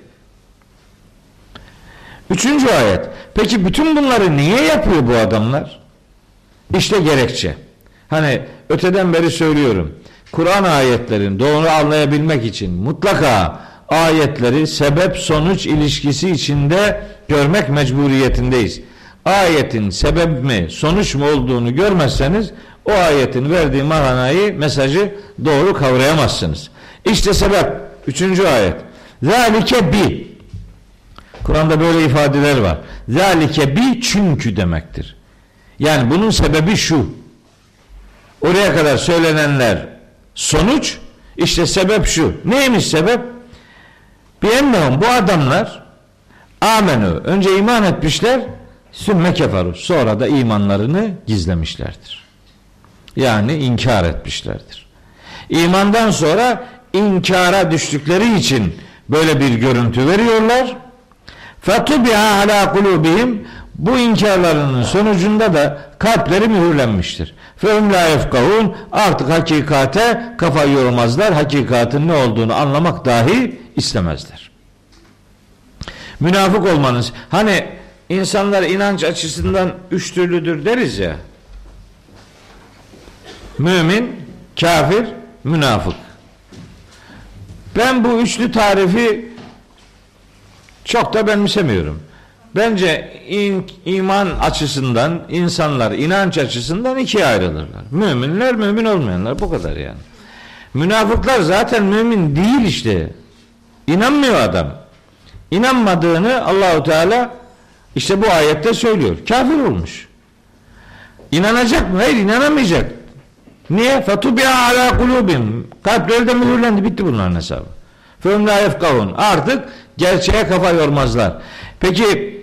3. ayet. Peki bütün bunları niye yapıyor bu adamlar? İşte gerekçe. Hani öteden beri söylüyorum. Kur'an ayetlerini doğru anlayabilmek için mutlaka ayetleri sebep sonuç ilişkisi içinde görmek mecburiyetindeyiz. Ayetin sebep mi sonuç mu olduğunu görmezseniz o ayetin verdiği manayı, mesajı doğru kavrayamazsınız. İşte sebep 3. ayet. Zalike bi. Kur'an'da böyle ifadeler var. Zalike bi çünkü demektir. Yani bunun sebebi şu. Oraya kadar söylenenler sonuç, işte sebep şu. Neymiş sebep? Biennehum, bu adamlar amenü, önce iman etmişler, sümme keferu, sonra da imanlarını gizlemişlerdir. Yani inkar etmişlerdir. İmandan sonra inkara düştükleri için böyle bir görüntü veriyorlar. Fetubiha ala kulubihim, bu inkarlarının sonucunda da kalpleri mühürlenmiştir. Fehum la yefkahun, artık hakikate kafa yormazlar, hakikatin ne olduğunu anlamak dahi istemezler. Münafık olmanız, hani insanlar inanç açısından üç türlüdür deriz ya. Mümin, kafir, münafık. Ben bu üçlü tarifi çok da benimsemiyorum. Bence iman açısından, insanlar inanç açısından ikiye ayrılırlar. Müminler, mümin olmayanlar, bu kadar yani. Münafıklar zaten mümin değil işte. İnanmıyor adam. İnanmadığını Allahu Teala işte bu ayette söylüyor. Kafir olmuş. İnanacak mı? Hayır, inanamayacak. Niye? Fetubiha ala kulubim. Kalpleri de mühürlendi. Bitti bunların hesabı. Fehum la yefkahun. Artık gerçeğe kafa yormazlar. Peki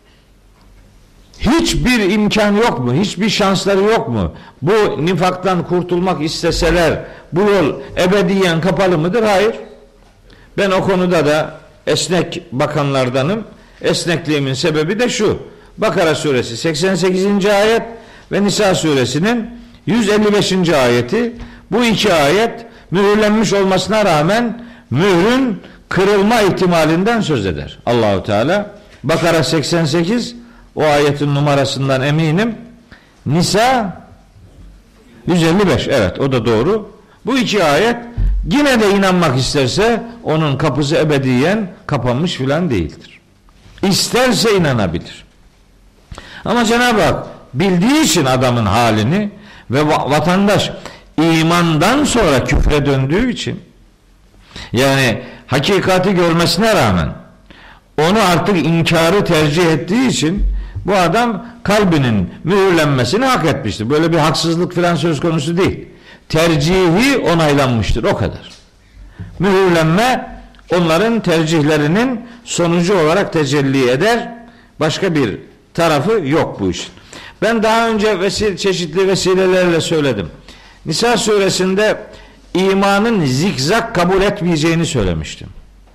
hiçbir imkan yok mu? Hiçbir şansları yok mu? Bu nifaktan kurtulmak isteseler bu yol ebediyen kapalı mıdır? Hayır. Ben o konuda da esnek bakanlardanım. Esnekliğimin sebebi de şu. Bakara suresi 88. ayet ve Nisa suresinin 155. ayeti. Bu iki ayet mühürlenmiş olmasına rağmen mührün kırılma ihtimalinden söz eder. Allahu Teala Bakara 88, o ayetin numarasından eminim. Nisa 155. Evet, o da doğru. Bu iki ayet yine de inanmak isterse onun kapısı ebediyen kapanmış filan değildir. İsterse inanabilir. Ama Cenab-ı Hak bildiği için adamın halini ve vatandaş imandan sonra küfre döndüğü için, yani hakikati görmesine rağmen onu artık inkarı tercih ettiği için bu adam kalbinin mühürlenmesini hak etmiştir. Böyle bir haksızlık filan söz konusu değil. Tercihi onaylanmıştır, o kadar. Mühürlenme onların tercihlerinin sonucu olarak tecelli eder. Başka bir tarafı yok bu işin. Ben daha önce çeşitli vesilelerle söyledim. Nisa suresinde imanın zikzak kabul etmeyeceğini söylemiştim.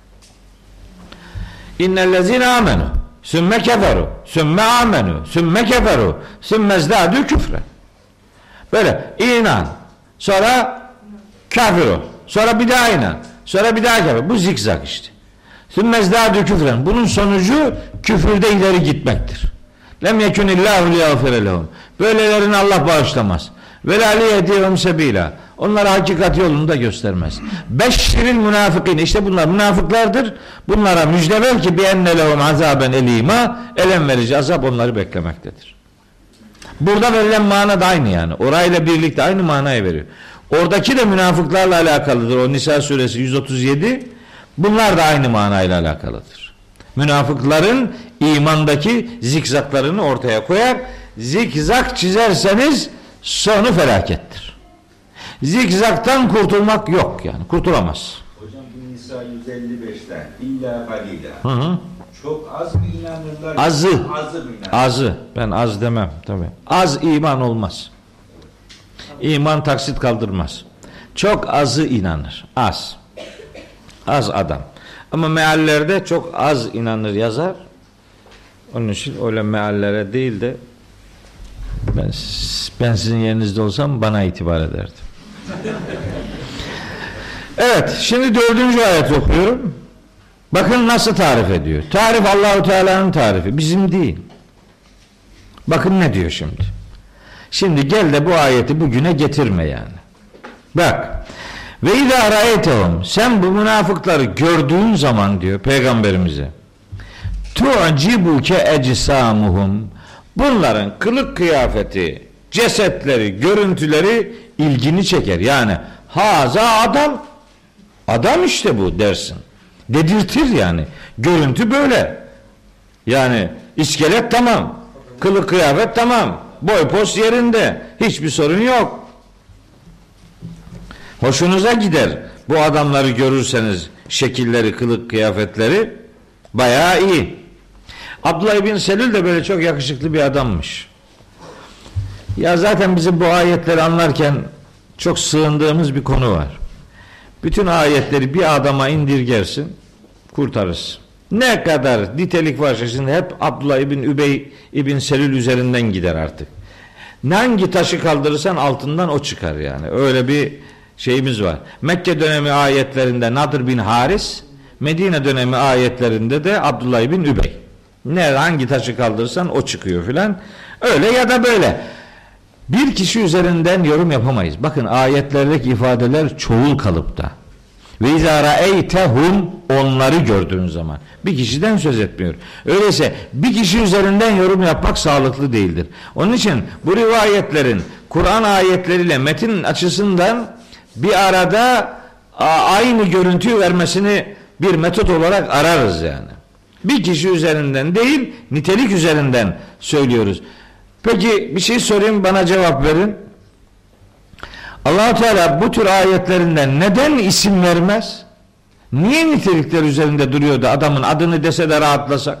İnnellezine amenu sümme keferu sümme amenu sümme keferu sümme zdadu küfre. Böyle inan, sonra kafir ol, sonra bir daha inan, sonra bir daha kafir. Bu zikzak işte. Sümme zdadu küfren. Bunun sonucu küfürde ileri gitmektir. Lem yekunillahu liyagfire lehum. Böylelerini Allah bağışlamaz. Ve la liyehdihum sebila. Onlara hakikat yolunu da göstermez. Beşşiril münafıkin. İşte bunlar münafıklardır. Bunlara müjde ver ki bi enne lehum azaben elima. Elem verici azap onları beklemektedir. Burada verilen mana da aynı yani. Orayla birlikte aynı manayı veriyor. Oradaki de münafıklarla alakalıdır. O Nisa suresi 137. Bunlar da aynı manayla alakalıdır. Münafıkların imandaki zikzaklarını ortaya koyar. Zikzak çizerseniz sonu felakettir. Zikzaktan kurtulmak yok yani. Kurtulamaz. Hocam bu Nisa 155'ten illa galila. Çok az mı inanırlar? Azı. Azı mı inanırlar? Azı. Ben az demem tabii. Az iman olmaz. İman taksit kaldırmaz. Çok azı inanır. Az. Az adam. Ama meallerde çok az inanır yazar. Onun için öyle meallere değil de ben sizin yerinizde olsam bana itibar ederdim. Evet, şimdi 4. ayet okuyorum. Bakın nasıl tarif ediyor. Tarif Allahu Teala'nın tarifi, bizim değil. Bakın ne diyor şimdi. Şimdi gel de bu ayeti bugüne getirme yani. Bak. Ve izâ râeytehum, sen bu münafıkları gördüğün zaman diyor Peygamberimize, tu'cibuke ecsamuhum, bunların kılık kıyafeti, cesetleri, görüntüleri ilgini çeker. Yani haza adam işte bu dersin. Dedirtir yani. Görüntü böyle. Yani iskelet tamam. Kılık kıyafet tamam. boy post yerinde, hiçbir sorun yok. Hoşunuza gider. Bu adamları görürseniz şekilleri, kılık, kıyafetleri bayağı iyi. Abdullah bin Selül de böyle çok yakışıklı bir adammış. Ya zaten bizim bu ayetleri anlarken çok sığındığımız bir konu var. Bütün ayetleri bir adama indirgersin, kurtarırsın. Ne kadar nitelik varsa şimdi hep Abdullah ibn Übey ibn Selül üzerinden gider artık. Hangi taşı kaldırırsan altından o çıkar yani. Öyle bir şeyimiz var. Mekke dönemi ayetlerinde Nadir bin Haris, Medine dönemi ayetlerinde de Abdullah ibn Übey. Hangi taşı kaldırırsan o çıkıyor filan. Öyle ya da böyle. Bir kişi üzerinden yorum yapamayız. Bakın ayetlerdeki ifadeler çoğul kalıpta. Ve izâ ra'eytehum, onları gördüğün zaman. Bir kişiden söz etmiyor. Öyleyse bir kişi üzerinden yorum yapmak sağlıklı değildir. Onun için bu rivayetlerin Kur'an ayetleriyle metin açısından bir arada aynı görüntüyü vermesini bir metot olarak ararız yani. Bir kişi üzerinden değil, nitelik üzerinden söylüyoruz. Peki bir şey sorayım, bana cevap verin. Allah-u Teala bu tür ayetlerinden neden isim vermez? Niye nitelikler üzerinde duruyor da adamın adını dese de rahatlasak?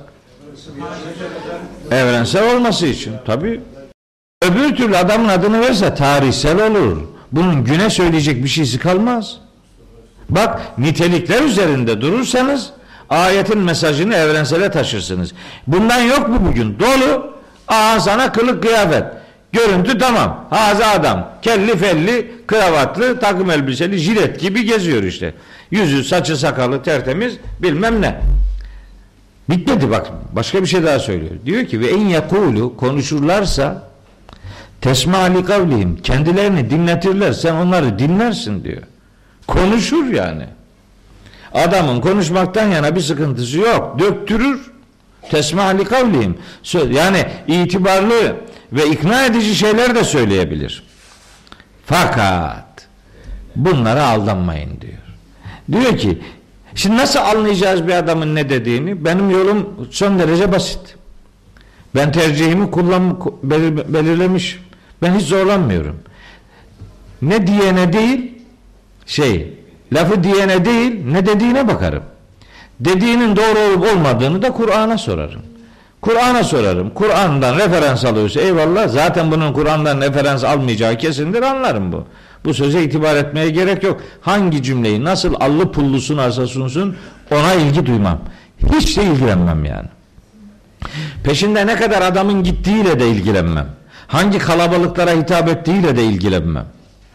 Evrensel olması için tabii. Öbür türlü adamın adını verse tarihsel olur. Bunun güne söyleyecek bir şeysi kalmaz. Bak, nitelikler üzerinde durursanız ayetin mesajını evrensele taşırsınız. Bundan yok mu bugün? Dolu. Sana kılık kıyafet. Görüntü tamam. Haza adam. Kelli felli, kravatlı, takım elbiseli, jilet gibi geziyor işte. Yüzü, saçı, sakalı tertemiz, bilmem ne. Bitmedi bak. Başka bir şey daha söylüyor. Diyor ki ve en yakulu, konuşurlarsa tesma'li kavlihim, kendilerini dinletirler, sen onları dinlersin diyor. Konuşur yani. Adamın konuşmaktan yana bir sıkıntısı yok. Döktürür. Tesma'li kavlihim. Yani itibarlı ve ikna edici şeyler de söyleyebilir. Fakat bunlara aldanmayın diyor. Diyor ki şimdi nasıl anlayacağız bir adamın ne dediğini? Benim yolum son derece basit. Ben tercihimi belirlemiş. Ben hiç zorlanmıyorum. Ne diyene değil, lafı diyene değil, ne dediğine bakarım. Dediğinin doğru olup olmadığını da Kur'an'a sorarım. Kur'an'a sorarım. Kur'an'dan referans alıyorsa eyvallah. Zaten bunun Kur'an'dan referans almayacağı kesindir, anlarım bu. Bu söze itibar etmeye gerek yok. Hangi cümleyi nasıl allı pullu sunarsa sunsun ona ilgi duymam. Hiç de ilgilenmem yani. Peşinde ne kadar adamın gittiğiyle de ilgilenmem. Hangi kalabalıklara hitap ettiğiyle de ilgilenmem.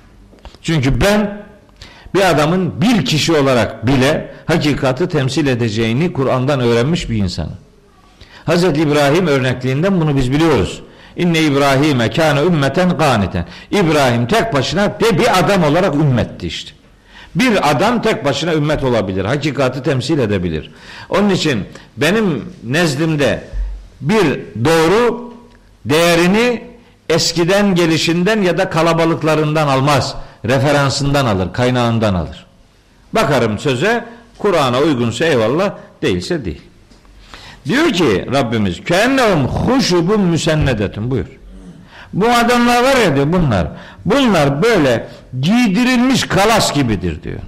Çünkü ben bir adamın bir kişi olarak bile hakikati temsil edeceğini Kur'an'dan öğrenmiş bir insanım. Hazreti İbrahim örnekliğinden bunu biz biliyoruz. İnne İbrahim'e kâne ümmeten gâniten. İbrahim tek başına bir adam olarak ümmetti işte. Bir adam tek başına ümmet olabilir. Hakikati temsil edebilir. Onun için benim nezdimde bir doğru değerini eskiden gelişinden ya da kalabalıklarından almaz. Referansından alır, kaynağından alır. Bakarım söze, Kur'an'a uygunsa eyvallah, değilse değil. Diyor ki Rabbimiz kennehum huşubun müsennedetun, buyur. Bu adamlar var ya diyor, bunlar böyle giydirilmiş kalas gibidir diyor.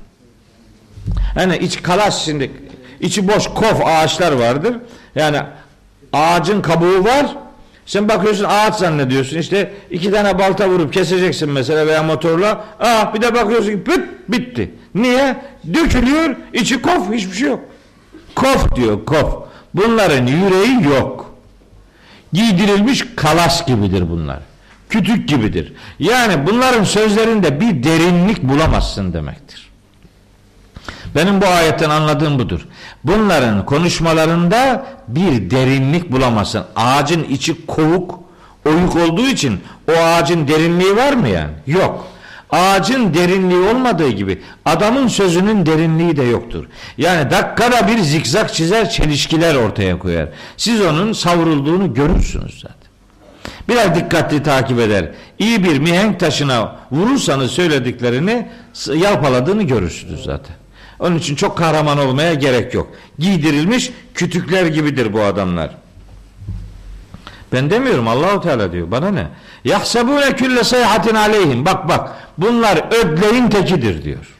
Hani iç kalas, şimdi içi boş kof ağaçlar vardır. Yani ağacın kabuğu var. Sen bakıyorsun ağaç zannediyorsun, işte 2 tane balta vurup keseceksin mesela veya motorla. Bir de bakıyorsun ki püt bitti. Niye? Dökülüyor, içi kof, hiçbir şey yok. Kof diyor, kof. Bunların yüreği yok. Giydirilmiş kalas gibidir bunlar. Kütük gibidir. Yani bunların sözlerinde bir derinlik bulamazsın demektir. Benim bu ayetten anladığım budur. Bunların konuşmalarında bir derinlik bulamazsın. Ağacın içi kovuk, oyuk olduğu için o ağacın derinliği var mı yani? Yok. Ağacın derinliği olmadığı gibi adamın sözünün derinliği de yoktur. Yani dakikada bir zikzak çizer, çelişkiler ortaya koyar. Siz onun savrulduğunu görürsünüz zaten. Biraz dikkatli takip eder. İyi bir mihenk taşına vurursanız söylediklerini yalpaladığını görürsünüz zaten. Onun için çok kahraman olmaya gerek yok. Giydirilmiş kütükler gibidir bu adamlar. Ben demiyorum, Allahu Teala diyor. Bana ne? Yahsebune külle sayhatin aleyhim. Bak bunlar ödleğin tekidir diyor.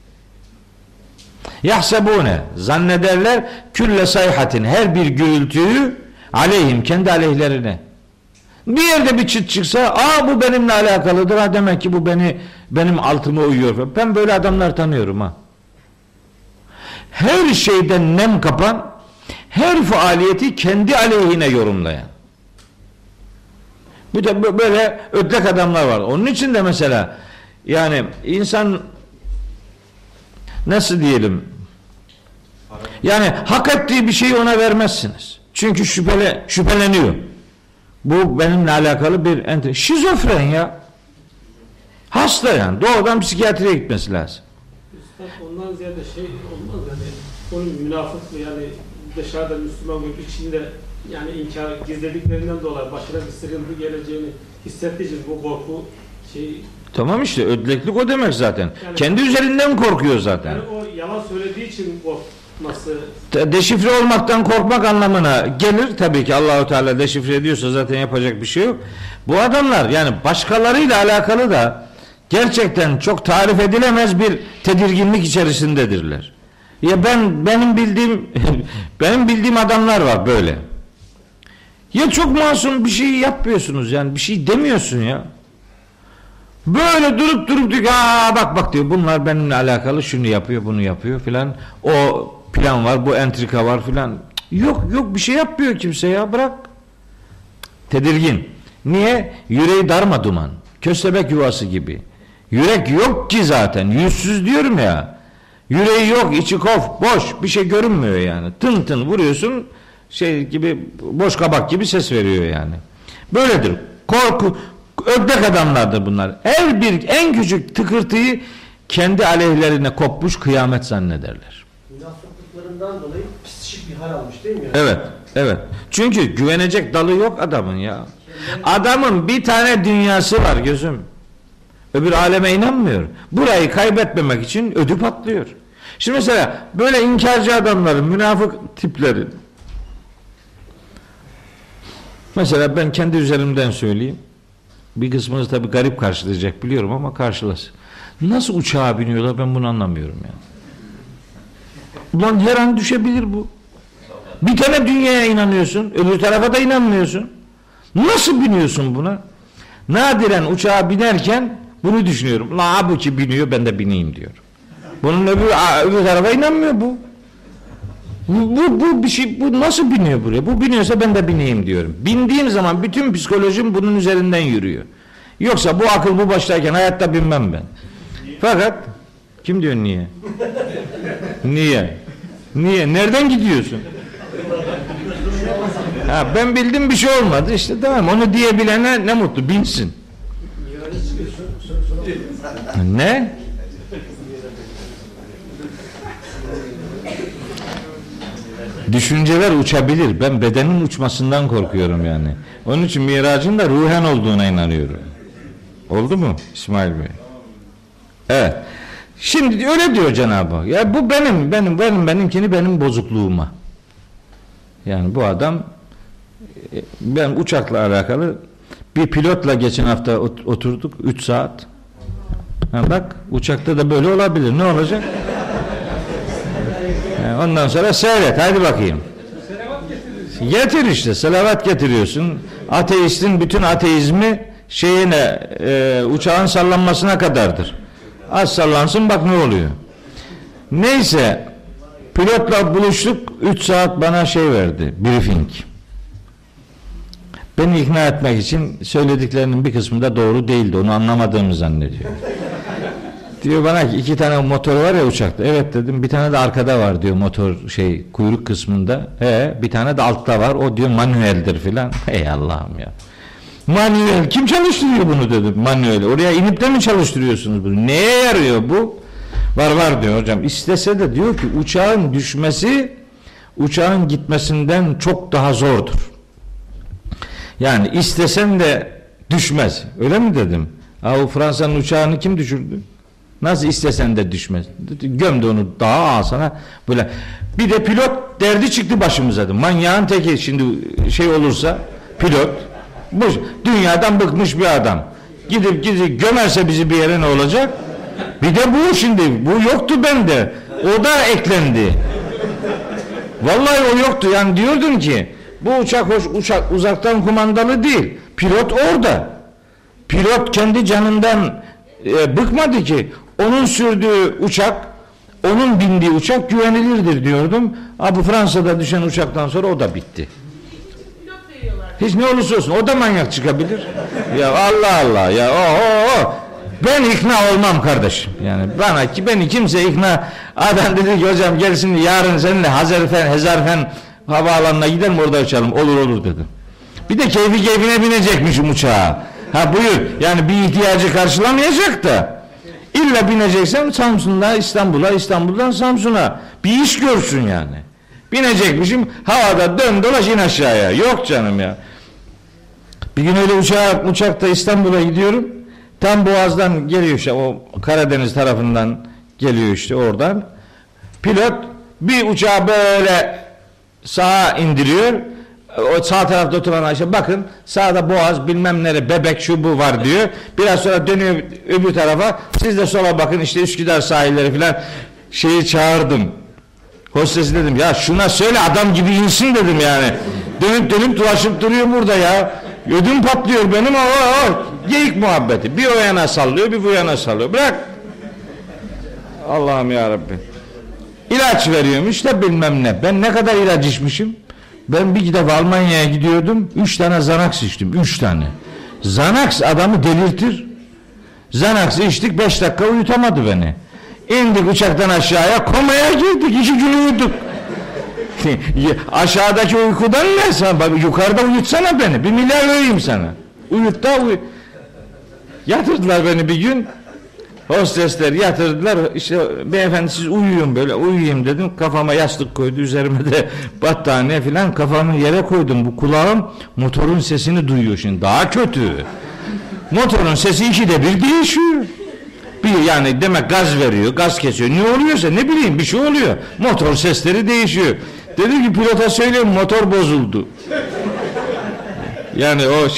Yahsebune, zannederler, külle sayhatin, her bir gürültüyü aleyhim, kendi aleyhlerine. Bir yerde bir çıt çıksa, bu benimle alakalıdır, demek ki bu benim altıma uyuyor. Ben böyle adamlar tanıyorum ha. Her şeyden nem kapan, her faaliyeti kendi aleyhine yorumlayan. Bu da böyle ödlek adamlar var. Onun için de mesela yani insan nasıl diyelim, yani hak ettiği bir şeyi ona vermezsiniz. Çünkü şüpheleniyor. Bu benimle alakalı bir şizofren ya. Hasta yani. Doğrudan psikiyatriye gitmesi lazım. Üstad, ondan ziyade olmaz yani. Onun münafıklığı, yani dışarıda Müslüman ve içinde yani inkar gizlediklerinden dolayı başına bir sıkıntı geleceğini hissettiği için bu korku Tamam işte, ödleklik o demek zaten. Yani, kendi üzerinden korkuyor zaten. Yani o yalan söylediği için korkması. Deşifre olmaktan korkmak anlamına gelir. Tabii ki Allahu Teala deşifre ediyorsa zaten yapacak bir şey yok. Bu adamlar yani başkalarıyla alakalı da gerçekten çok tarif edilemez bir tedirginlik içerisindedirler. Ya benim bildiğim adamlar var böyle. Ya çok masum bir şey yapmıyorsunuz, yani bir şey demiyorsun ya. Böyle durup diyor, bak diyor, bunlar benimle alakalı, şunu yapıyor, bunu yapıyor filan. O plan var, bu entrika var filan. Yok bir şey yapmıyor kimse ya, bırak. Tedirgin. Niye? Yüreği darmaduman. Köstebek yuvası gibi. Yürek yok ki zaten. Yüzsüz diyorum ya. Yüreği yok, içi kof, boş. Bir şey görünmüyor yani. Tın vuruyorsun, gibi, boş kabak gibi ses veriyor yani. Böyledir. Korku, ödlek adamlardır bunlar. En küçük tıkırtıyı kendi aleyhlerine kopmuş kıyamet zannederler. Münafıklıklarından dolayı psikolojik bir hal almış değil mi? Evet. Çünkü güvenecek dalı yok adamın ya. Adamın bir tane dünyası var gözüm. Öbür aleme inanmıyor. Burayı kaybetmemek için ödü patlıyor. Şimdi mesela böyle inkarcı adamların, münafık tiplerin, mesela ben kendi üzerimden söyleyeyim. Bir kısmınız tabii garip karşılayacak biliyorum ama karşılasın. Nasıl uçağa biniyorlar, ben bunu anlamıyorum yani. Ulan her an düşebilir bu. Bir tane dünyaya inanıyorsun, öbür tarafa da inanmıyorsun. Nasıl biniyorsun buna? Nadiren uçağa binerken bunu düşünüyorum. Bu ki biniyor, ben de bineyim diyor. Bunun öbür tarafa inanmıyor bu. Bu bir şey, bu nasıl biniyor buraya? Bu biniyorsa ben de bineyim diyorum. Bindiğim zaman bütün psikolojim bunun üzerinden yürüyor. Yoksa bu akıl bu baştayken hayatta binmem ben. Fakat kim diyor niye? Niye? Nereden gidiyorsun? Ben bildim, bir şey olmadı. İşte tamam, onu diyebilene ne mutlu, binsin. Ne? Düşünceler uçabilir. Ben bedenin uçmasından korkuyorum yani. Onun için miracın da ruhen olduğuna inanıyorum. Oldu mu İsmail Bey? Evet. Şimdi öyle diyor Cenab-ı Hak. Ya bu benimkini benim bozukluğuma. Yani bu adam, ben uçakla alakalı bir pilotla geçen hafta oturduk 3 saat. Bak uçakta da böyle olabilir. Ne olacak? Ondan sonra seyret. Hadi bakayım. Getir işte. Selavat getiriyorsun. Ateistin bütün ateizmi uçağın sallanmasına kadardır. Az sallansın bak ne oluyor. Neyse, pilotla buluştuk. 3 saat bana verdi. Briefing. Beni ikna etmek için söylediklerinin bir kısmı da doğru değildi. Onu anlamadığımı zannediyor. Diyor bana ki 2 tane motor var ya uçakta. Evet dedim, bir tane de arkada var diyor motor kuyruk kısmında. Bir tane de altta var. O diyor manueldir filan. Ey Allah'ım ya. Manuel kim çalıştırıyor bunu dedim, manuel. Oraya inip de mi çalıştırıyorsunuz bunu? Neye yarıyor bu? Var diyor hocam. İstese de diyor ki uçağın düşmesi uçağın gitmesinden çok daha zordur. Yani istesen de düşmez. Öyle mi dedim? O Fransa'nın uçağını kim düşürdü? Nasıl istesen de düşmez? Gömdü onu dağa sana böyle. Bir de pilot derdi çıktı başımıza. Manyağın teki şimdi olursa Pilot. Bu dünyadan bıkmış bir adam. Gidip gömerse bizi bir yere ne olacak? Bir de bu şimdi. Bu yoktu bende. O da eklendi. Vallahi o yoktu. Yani diyordum ki bu uçak uzaktan kumandalı değil. Pilot orada. Pilot kendi canından bıkmadı ki. Onun sürdüğü uçak, onun bindiği uçak güvenilirdir diyordum. Bu Fransa'da düşen uçaktan sonra o da bitti. Hiç ne olursa olsun o da manyak çıkabilir. Ya Allah Allah ya ben ikna olmam kardeşim. Yani beni kimse ikna. Adam dedi ki hocam gelsin yarın seninle Hezarfen havaalanına gidelim orada uçalım. Olur dedi. Bir de keyfine binecekmişim uçağa. Buyur. Yani bir ihtiyacı karşılamayacak da. İlla bineceksen Samsun'da İstanbul'dan Samsun'a. Bir iş görsün yani. Binecekmişim havada dön dolaş in aşağıya. Yok canım ya. Bir gün öyle uçakta İstanbul'a gidiyorum. Tam Boğaz'dan geliyor işte o Karadeniz tarafından geliyor işte oradan. Pilot bir uçağı böyle sağa indiriyor. O sağ tarafta oturan Ayşe bakın sağda Boğaz bilmem nere Bebek şu bu var diyor. Biraz sonra dönüyor öbür tarafa. Siz de sola bakın işte Üsküdar sahilleri filan çağırdım. Hostesi dedim ya şuna söyle adam gibi insin dedim yani. Dönüp dolaşıp duruyor burada ya. Ödüm patlıyor benim geyik muhabbeti. Bir o yana sallıyor bir bu yana sallıyor. Bırak. Allah'ım ya Rabbi. İlaç veriyormuş da bilmem ne. Ben ne kadar ilaç içmişim. Ben bir defa Almanya'ya gidiyordum. 3 tane Xanax içtim. 3 tane. Xanax adamı delirtir. Xanax'ı içtik 5 dakika uyutamadı beni. İndik uçaktan aşağıya komaya girdik. 2 gün uyuduk. Aşağıdaki uykudan ne sen? Bak yukarıda uyutsana beni. 1 milyar vereyim sana. Uyut da Yatırdılar beni bir gün. Hostesler yatırdılar. İşte beyefendi siz uyuyun böyle. Uyuyayım dedim. Kafama yastık koydu. Üzerime de battaniye filan. Kafamı yere koydum. Bu kulağım motorun sesini duyuyor şimdi. Daha kötü. Motorun sesi 2'de 1 değişiyor. Yani demek gaz veriyor, gaz kesiyor. Ne oluyorsa ne bileyim bir şey oluyor. Motor sesleri değişiyor. Dedim ki pilota söyleyeyim motor bozuldu. Yani o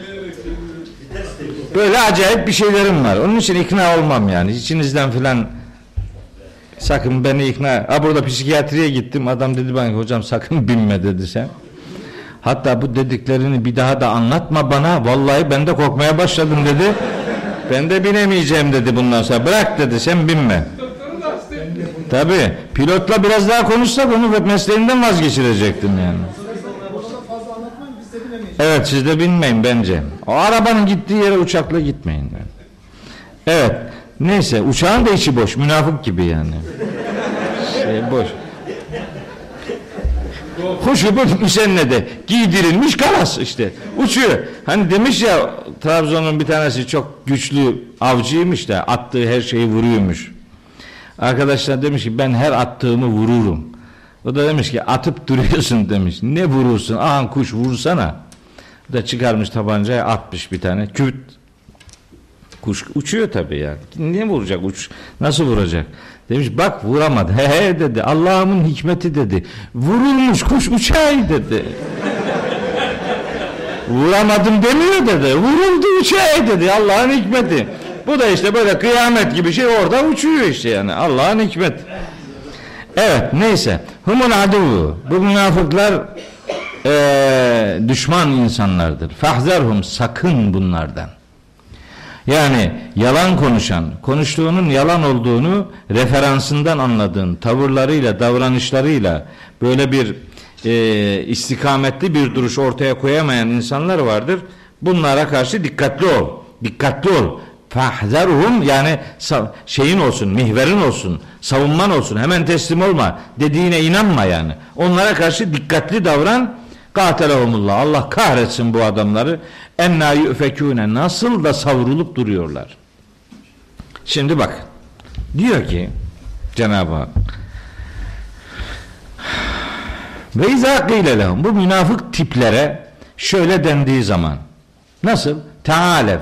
böyle acayip bir şeylerim var. Onun için ikna olmam yani. İçinizden filan sakın beni ikna. Burada psikiyatriye gittim. Adam dedi bana hocam sakın binme dedi sen. Hatta bu dediklerini bir daha da anlatma bana. Vallahi ben de korkmaya başladım dedi. Ben de binemeyeceğim dedi bundan sonra. Bırak dedi sen binme. Tabii. Pilotla biraz daha konuşsak onu mesleğinden vazgeçirecektim yani. Evet siz de binmeyin bence. O arabanın gittiği yere uçakla gitmeyin. Yani. Evet. Neyse uçağın da içi boş. Münafık gibi yani. Boş. Huşubut müsennede giydirilmiş kalas işte. Uçuyor. Hani demiş ya Trabzon'un bir tanesi çok güçlü avcıymış da attığı her şeyi vuruyormuş. Arkadaşlar demiş ki ben her attığımı vururum. O da demiş ki atıp duruyorsun demiş. Ne vurursun? Ahan kuş vursana. O da çıkarmış tabancayı atmış bir tane. Küt. Kuş uçuyor tabii yani. Niye vuracak? Nasıl vuracak? Demiş bak vuramadı. He dedi. Allah'ımın hikmeti dedi. Vurulmuş kuş uçağı dedi. Vuramadım demiyor dedi. Vuruldu uçağı dedi. Allah'ın hikmeti. Bu da işte böyle kıyamet gibi şey orada uçuyor işte yani. Allah'ın hikmeti. Evet neyse. Humun aduvu. Bu münafıklar düşman insanlardır. Fahzerhum sakın bunlardan. Yani yalan konuştuğunun yalan olduğunu referansından anladığın tavırlarıyla, davranışlarıyla böyle bir istikametli bir duruş ortaya koyamayan insanlar vardır. Bunlara karşı dikkatli ol. Dikkatli ol. Fahzerhum yani şeyin olsun, mihverin olsun, savunman olsun. Hemen teslim olma. Dediğine inanma yani. Onlara karşı dikkatli davran. Katelehumullah. Allah kahretsin bu adamları. Enna yu'fekûne. Nasıl da savrulup duruyorlar. Şimdi bak. Diyor ki Cenab-ı Hak ve izâ qîle lehum. Bu münafık tiplere şöyle dendiği zaman nasıl? Teâlev.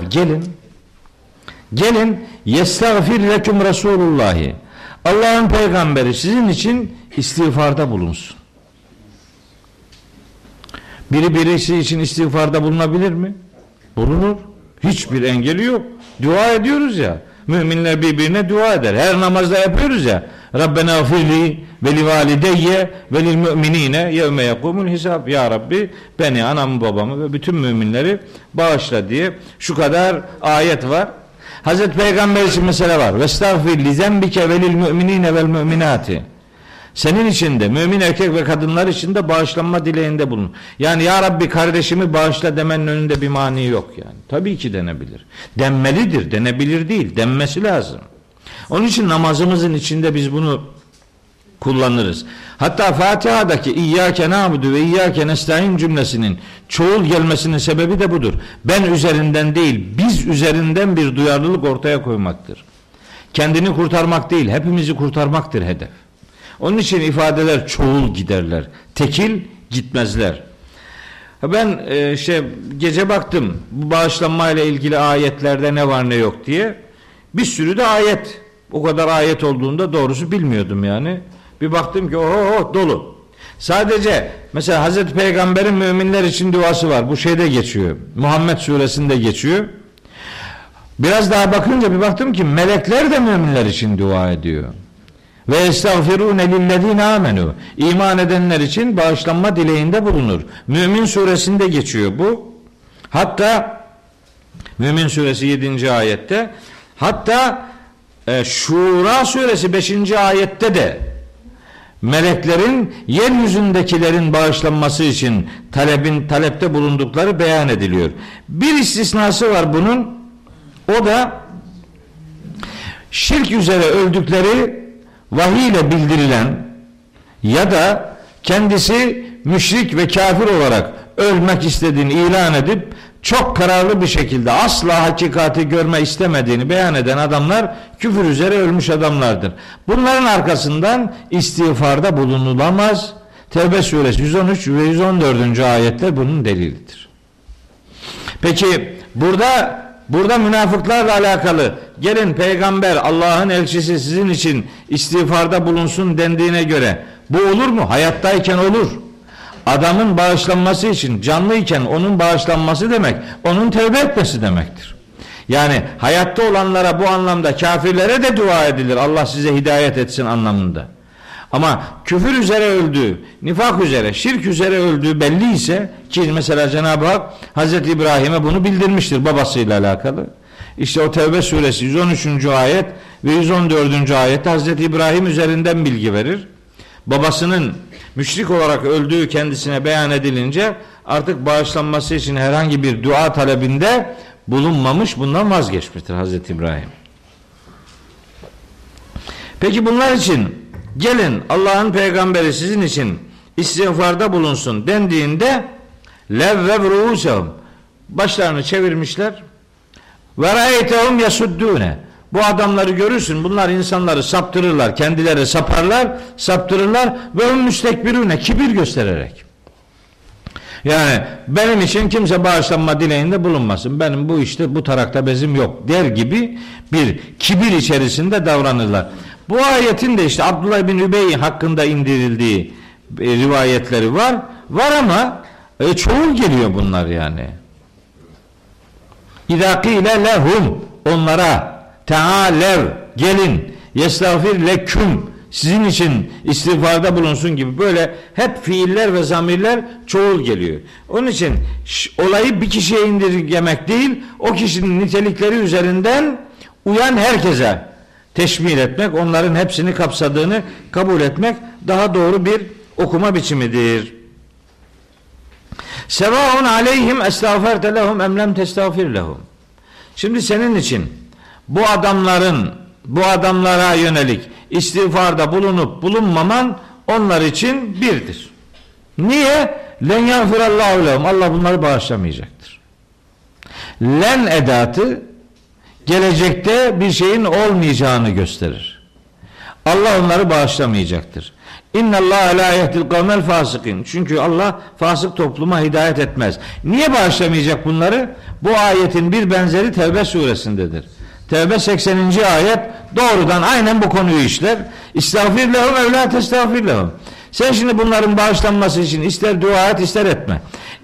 Gelin yestağfir leküm Resulullahi. Allah'ın peygamberi sizin için istiğfarda bulunsun. Birisi için istiğfarda bulunabilir mi? Bulunur. Hiçbir engeli yok. Dua ediyoruz ya. Müminler birbirine dua eder. Her namazda yapıyoruz ya. Rabbena gfirli ve li valideyye ve lil müminine yevme yekumul hisab. Ya Rabbi beni, anamı, babamı ve bütün müminleri bağışla diye şu kadar ayet var. Hazreti Peygamber için mesele var. Vestağfir li zembike ve lil müminine vel müminati. Senin için de, mümin erkek ve kadınlar için de bağışlanma dileğinde bulun. Yani ya Rabbi kardeşimi bağışla demenin önünde bir mani yok yani. Tabii ki denebilir. Denmelidir, denebilir değil, denmesi lazım. Onun için namazımızın içinde biz bunu kullanırız. Hatta Fatiha'daki İyyâke na'budu ve İyyâke nestaîn cümlesinin çoğul gelmesinin sebebi de budur. Ben üzerinden değil, biz üzerinden bir duyarlılık ortaya koymaktır. Kendini kurtarmak değil, hepimizi kurtarmaktır hedef. Onun için ifadeler çoğul giderler. Tekil gitmezler. Ben gece baktım bu bağışlanma ile ilgili ayetlerde ne var ne yok diye. Bir sürü de ayet. O kadar ayet olduğunda doğrusu bilmiyordum yani. Bir baktım ki dolu. Sadece mesela Hazreti Peygamber'in müminler için duası var. Bu şeyde geçiyor. Muhammed suresinde geçiyor. Biraz daha bakınca bir baktım ki melekler de müminler için dua ediyor. Ve estağfirûne lillezîne âmenû. İman edenler için bağışlanma dileğinde bulunur. Mümin suresinde geçiyor bu. Hatta Mümin suresi 7. ayette, hatta Şura suresi 5. ayette de meleklerin yeryüzündekilerin bağışlanması için talepte bulundukları beyan ediliyor. Bir istisnası var bunun. O da şirk üzere öldükleri vahiy ile bildirilen ya da kendisi müşrik ve kafir olarak ölmek istediğini ilan edip çok kararlı bir şekilde asla hakikati görme istemediğini beyan eden adamlar küfür üzere ölmüş adamlardır. Bunların arkasından istiğfarda bulunulamaz. Tevbe suresi 113 ve 114. ayetler bunun delilidir. Peki burada münafıklarla alakalı gelin peygamber Allah'ın elçisi sizin için istiğfarda bulunsun dendiğine göre bu olur mu? Hayattayken olur. Adamın bağışlanması için canlıyken onun bağışlanması demek onun tevbe etmesi demektir. Yani hayatta olanlara bu anlamda kafirlere de dua edilir. Allah size hidayet etsin anlamında. Ama küfür üzere öldüğü, nifak üzere, şirk üzere öldüğü belli ise ki mesela Cenab-ı Hak Hazreti İbrahim'e bunu bildirmiştir babasıyla alakalı. İşte o Tevbe suresi 113. ayet ve 114. ayette Hazreti İbrahim üzerinden bilgi verir. Babasının müşrik olarak öldüğü kendisine beyan edilince artık bağışlanması için herhangi bir dua talebinde bulunmamış, bundan vazgeçmiştir Hazreti İbrahim. Peki bunlar için gelin Allah'ın peygamberi sizin için istiğfarda bulunsun dendiğinde levvev ruhusahum, başlarını çevirmişler ve ra'eytehum yasuddune, bu adamları görürsün, bunlar insanları saptırırlar, kendileri saptırırlar ve hum müstekbirune, kibir göstererek. Yani benim için kimse bağışlanma dileğinde bulunmasın, benim bu işte bu tarakta bezim yok der gibi bir kibir içerisinde davranırlar. Bu ayetin de işte Abdullah bin Übey hakkında indirildiği rivayetleri var ama çoğul geliyor bunlar yani. İzâ qîle lehum, onlara teâlev, gelin, yestağfir leküm, sizin için istiğfarda bulunsun gibi böyle hep fiiller ve zamirler çoğul geliyor. Onun için olayı bir kişiye indirgemek değil, o kişinin nitelikleri üzerinden uyan herkese teşmil etmek, onların hepsini kapsadığını kabul etmek daha doğru bir okuma biçimidir. Sevaun aleyhim estağferte lehum em lem testağfir lehum. Şimdi senin için bu adamlara yönelik istiğfarda bulunup bulunmaman onlar için birdir. Niye? Len yağfirallahu lehum. Allah bunları bağışlamayacaktır. Len edatı gelecekte bir şeyin olmayacağını gösterir. Allah onları bağışlamayacaktır. İnnallâhe lâ yehdil kavmel fâsıkîn. Çünkü Allah fasık topluma hidayet etmez. Niye bağışlamayacak bunları? Bu ayetin bir benzeri Tevbe suresindedir. Tevbe 80. ayet doğrudan aynen bu konuyu işler. İstağfir lehum ev lâ testağfir lehum. Sen şimdi bunların bağışlanması için ister dua et ister etme.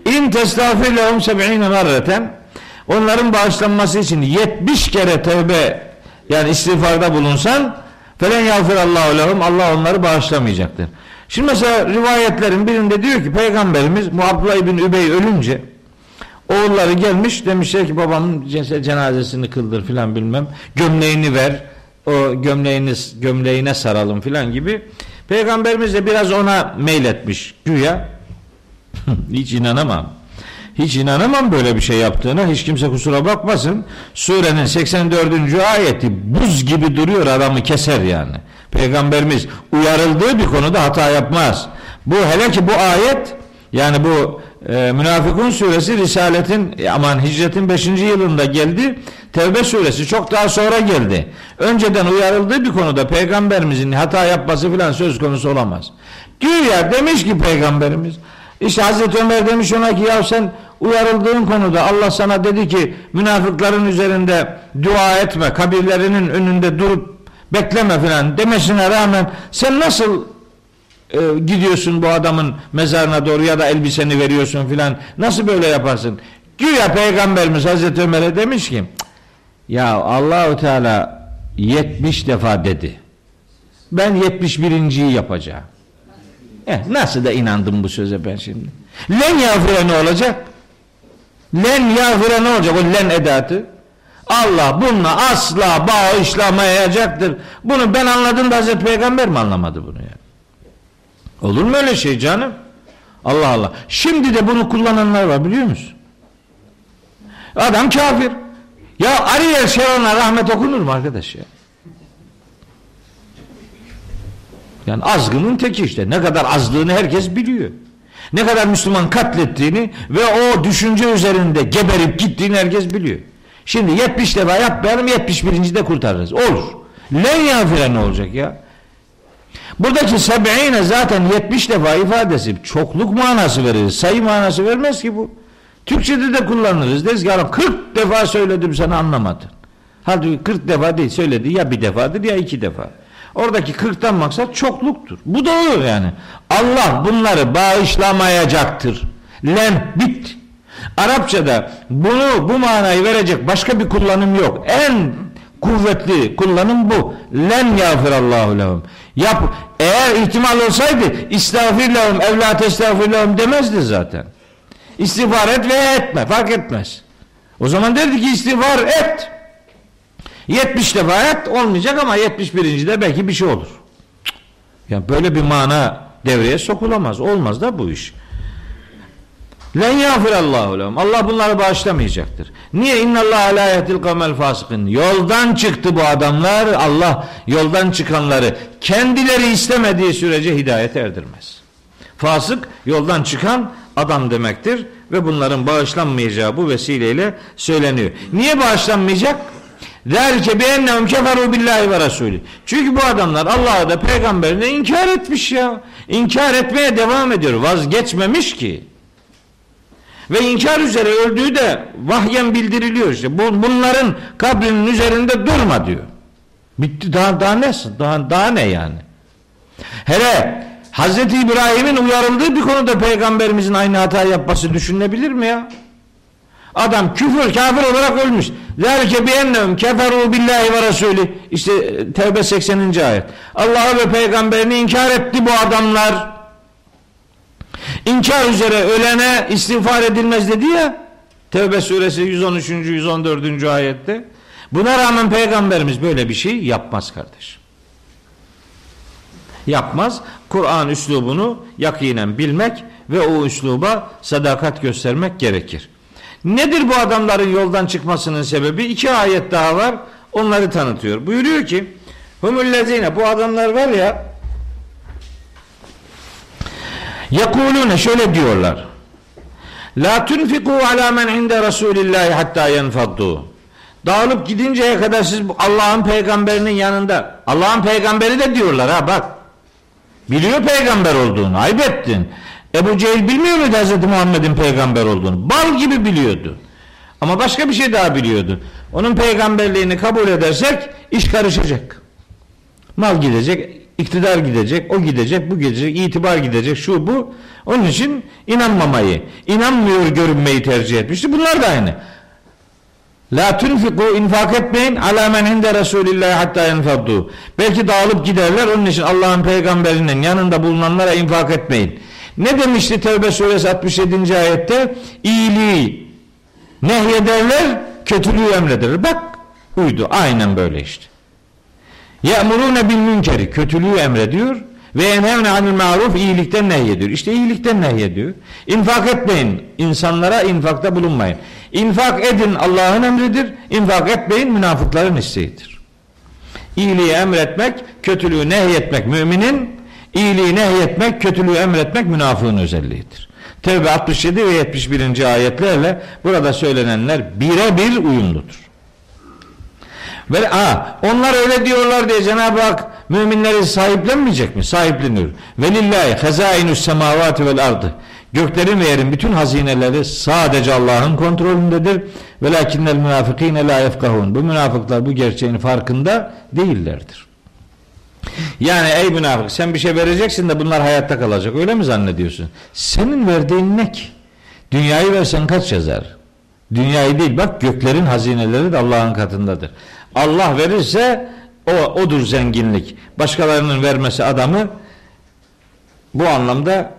İn testağfir lehum 70 merreten, onların bağışlanması için 70 kere tevbe yani istiğfarda bulunsan felen yağfirallahu lehum, Allah onları bağışlamayacaktır. Şimdi mesela rivayetlerin birinde diyor ki Peygamberimiz Abdullah bin Übey ölünce oğulları gelmiş, demişler ki babamın cenazesini kıldır filan bilmem, gömleğini ver, o gömleğine saralım filan gibi. Peygamberimiz de biraz ona meyletmiş güya. Hiç inanamam böyle bir şey yaptığına. Hiç kimse kusura bakmasın. Surenin 84. ayeti buz gibi duruyor, adamı keser yani. Peygamberimiz uyarıldığı bir konuda hata yapmaz. Bu hele ki bu ayet, yani bu Münafıkun suresi hicretin 5. yılında geldi. Tevbe suresi çok daha sonra geldi. Önceden uyarıldığı bir konuda Peygamberimizin hata yapması filan söz konusu olamaz. Güya demiş ki Peygamberimiz, işte Hazreti Ömer demiş ona ki ya sen uyarıldığın konuda Allah sana dedi ki münafıkların üzerinde dua etme, kabirlerinin önünde durup bekleme filan demesine rağmen sen nasıl gidiyorsun bu adamın mezarına doğru ya da elbiseni veriyorsun filan, nasıl böyle yaparsın? Güya Peygamberimiz Hazreti Ömer'e demiş ki ya Allahu Teala 70 defa dedi, ben 71.yi yapacağım. Nasıl da inandım bu söze ben şimdi? Len yağfire ne olacak? Len yağfire ne olacak? O len edatı. Allah bununla asla bağışlamayacaktır. Bunu ben anladım da Hazreti Peygamber mi anlamadı bunu ya? Olur mu öyle şey canım? Allah Allah. Şimdi de bunu kullananlar var biliyor musun? Adam kafir. Ya Ariel Sharon'a rahmet okunur mu arkadaş ya? Yani azgının teki işte. Ne kadar azlığını herkes biliyor. Ne kadar Müslüman katlettiğini ve o düşünce üzerinde geberip gittiğini herkes biliyor. Şimdi 70 defa yapmayalım, 71. de kurtarırız. Olur. Len yağfire ne olacak ya? Buradaki 70 zaten 70 defa ifadesi çokluk manası verir. Sayı manası vermez ki bu. Türkçede de kullanırız. Deriz ki 40 defa söyledim sana anlamadın. Halbuki 40 defa değil, söyledi ya bir defadır ya 2 defa. Oradaki 40'tan maksat çokluktur. Bu da olur yani. Allah bunları bağışlamayacaktır. Len bit. Arapçada bu manayı verecek başka bir kullanım yok. En kuvvetli kullanım bu. Len yağfirallahu lehum. Eğer ihtimal olsaydı istağfir lehum evla testağfir lehum demezdi zaten. İstiğfar et veya etme fark etmez. O zaman derdi ki istiğfar et. 70 defa et olmayacak ama 71. de belki bir şey olur. Yani böyle bir mana devreye sokulamaz. Olmaz da bu iş. Len yağfirallahu lehum. Allah bunları bağışlamayacaktır. Niye? İnnallâhe lâ yehdil kavmel fâsıkîn. Yoldan çıktı bu adamlar. Allah yoldan çıkanları kendileri istemediği sürece hidayete erdirmez. Fasık yoldan çıkan adam demektir ve bunların bağışlanmayacağı bu vesileyle söyleniyor. Niye bağışlanmayacak? Zâlike biennehum keferû billahi ve rasûlih. Çünkü bu adamlar Allah'a da peygamberine inkar etmiş ya. İnkar etmeye devam ediyor. Vazgeçmemiş ki. Ve inkar üzere öldüğü de vahyen bildiriliyor işte. Bunların kabrinin üzerinde durma diyor. Bitti. Daha ne yani? Hele Hazreti İbrahim'in uyarıldığı bir konuda peygamberimizin aynı hata yapması düşünülebilir mi ya? Adam kafir olarak ölmüş. Zâlike biennehum keferû billahi ve rasûlih. İşte Tevbe 80. ayet. Allah'ı ve peygamberini inkar etti bu adamlar. İnkar üzere ölene istiğfar edilmez dedi ya. Tevbe suresi 113. 114. ayette. Buna rağmen peygamberimiz böyle bir şey yapmaz kardeş. Yapmaz. Kur'an üslubunu yakinen bilmek ve o üsluba sadakat göstermek gerekir. Nedir bu adamların yoldan çıkmasının sebebi? 2 ayet daha var. Onları tanıtıyor. Buyuruyor ki humüllezine, bu adamlar var ya, yekulune, şöyle diyorlar. La tunfiku ala men inde Rasulillahi hatta yenfaddu. Dağılıp gidinceye kadar siz Allah'ın peygamberinin yanında. Allah'ın peygamberi de diyorlar ha bak. Biliyor peygamber olduğunu. Ayıp ettin. Ebu Cehil bilmiyor muydu Hz. Muhammed'in peygamber olduğunu? Bal gibi biliyordu. Ama başka bir şey daha biliyordu. Onun peygamberliğini kabul edersek iş karışacak. Mal gidecek, iktidar gidecek, o gidecek, bu gidecek, itibar gidecek, şu bu. Onun için inanmamayı, inanmıyor görünmeyi tercih etmişti. Bunlar da aynı. La tunfiku, infak etmeyin ala men inde Resulillah hatta yenfaddu. Belki dağılıp giderler, onun için Allah'ın peygamberinin yanında bulunanlara infak etmeyin. Ne demişti Tevbe suresi 67. ayette? İyiliği nehyederler, kötülüğü emrederler. Bak uydu, aynen böyle işte. Ye'murune bil münkeri, kötülüğü emrediyor ve yenhevne anil ma'ruf, iyilikten nehyediyor. İşte iyilikten nehyediyor. İnfak etmeyin, insanlara infakta bulunmayın. İnfak edin, Allah'ın emridir. İnfak etmeyin, münafıkların isteğidir. İyiliği emretmek, kötülüğü nehyetmek müminin, iyiliği nehyetmek, kötülüğü emretmek münafığın özelliğidir. Tevbe 67 ve 71. ayetlerle burada söylenenler birebir uyumludur. Ve onlar öyle diyorlar diye Cenab-ı Hak müminleri sahiplenmeyecek mi? Sahipleniyor. Velillahi hazainus semavati vel ardı. Göklerin ve yerin bütün hazineleri sadece Allah'ın kontrolündedir. Velakinnel münafıkîne la yefkahun. Bu münafıklar bu gerçeğin farkında değillerdir. Yani ey münafık, sen bir şey vereceksin de bunlar hayatta kalacak. Öyle mi zannediyorsun? Senin verdiğin ne ki? Dünyayı versen kaç yazar? Dünyayı değil, bak göklerin hazineleri de Allah'ın katındadır. Allah verirse odur zenginlik. Başkalarının vermesi adamı bu anlamda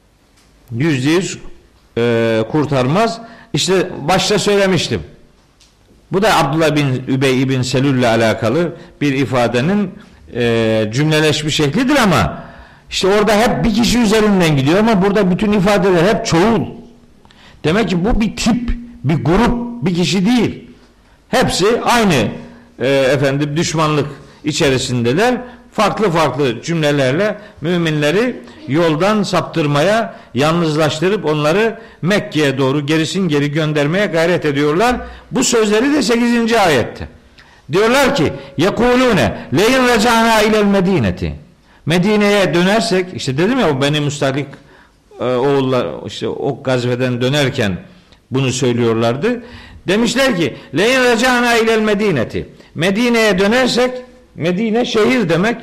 %100 kurtarmaz. İşte başta söylemiştim. Bu da Abdullah bin Übey ibn Selül ile alakalı bir ifadenin cümleleşmiş şeklidir ama işte orada hep bir kişi üzerinden gidiyor ama burada bütün ifadeler hep çoğul. Demek ki bu bir tip, bir grup, bir kişi değil. Hepsi aynı düşmanlık içerisindeler. Farklı farklı cümlelerle müminleri yoldan saptırmaya, yalnızlaştırıp onları Mekke'ye doğru gerisin geri göndermeye gayret ediyorlar. Bu sözleri de 8. ayette. Diyorlar ki yekulune leyin recana ilel medineti. Medine'ye dönersek, işte dedim ya o Beni Mustalik oğullar işte o gazveden dönerken bunu söylüyorlardı. Demişler ki leyin recana ilel medineti. Medine'ye dönersek, Medine şehir demek.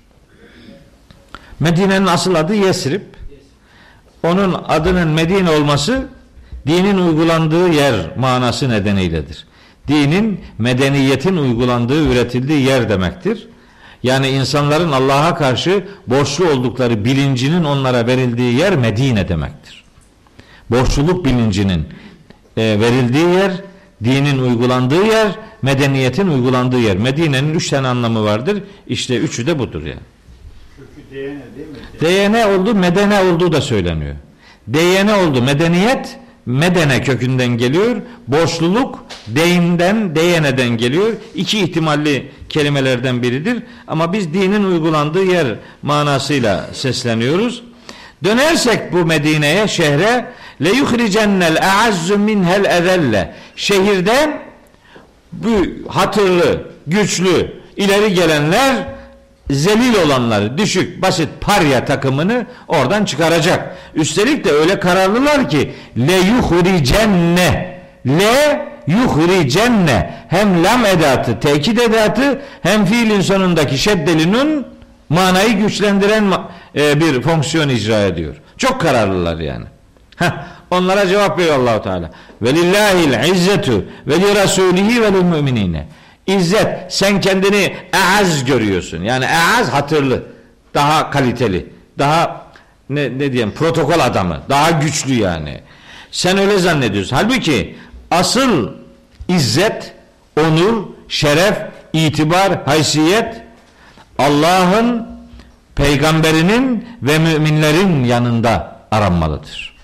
Medine'nin asıl adı Yesrib. Onun adının Medine olması dinin uygulandığı yer manası nedeniyledir. Dinin, medeniyetin uygulandığı, üretildiği yer demektir. Yani insanların Allah'a karşı borçlu oldukları bilincinin onlara verildiği yer Medine demektir. Borçluluk bilincinin verildiği yer, dinin uygulandığı yer, medeniyetin uygulandığı yer. Medine'nin 3 tane anlamı vardır. İşte 3'ü de budur yani. Kökü diyene değil mi? Diyene oldu, medene olduğu da söyleniyor. Diyene oldu, medeniyet, medene kökünden geliyor. Borçluluk, deyinden, deyeneden geliyor. 2 ihtimalli kelimelerden biridir. Ama biz dinin uygulandığı yer manasıyla sesleniyoruz. Dönersek bu Medine'ye, şehre, le yuhricennel a'azzu minhel ezelle. Şehirden bu hatırlı, güçlü, ileri gelenler zelil olanları, düşük, basit parya takımını oradan çıkaracak. Üstelik de öyle kararlılar ki le yuhricenne, le yuhricenne, hem lam edatı, tekit edatı, hem fiilin sonundaki şeddeli nun manayı güçlendiren bir fonksiyon icra ediyor. Çok kararlılar yani. Onlara cevap veriyor Allah-u Teala. Velillahil izzetu ve li rasulihi ve lil müminine. İzzet, sen kendini eaz görüyorsun. Yani eaz hatırlı, daha kaliteli, daha ne diyeyim, protokol adamı, daha güçlü yani. Sen öyle zannediyorsun. Halbuki asıl izzet, onur, şeref, itibar, haysiyet Allah'ın, peygamberinin ve müminlerin yanında aranmalıdır.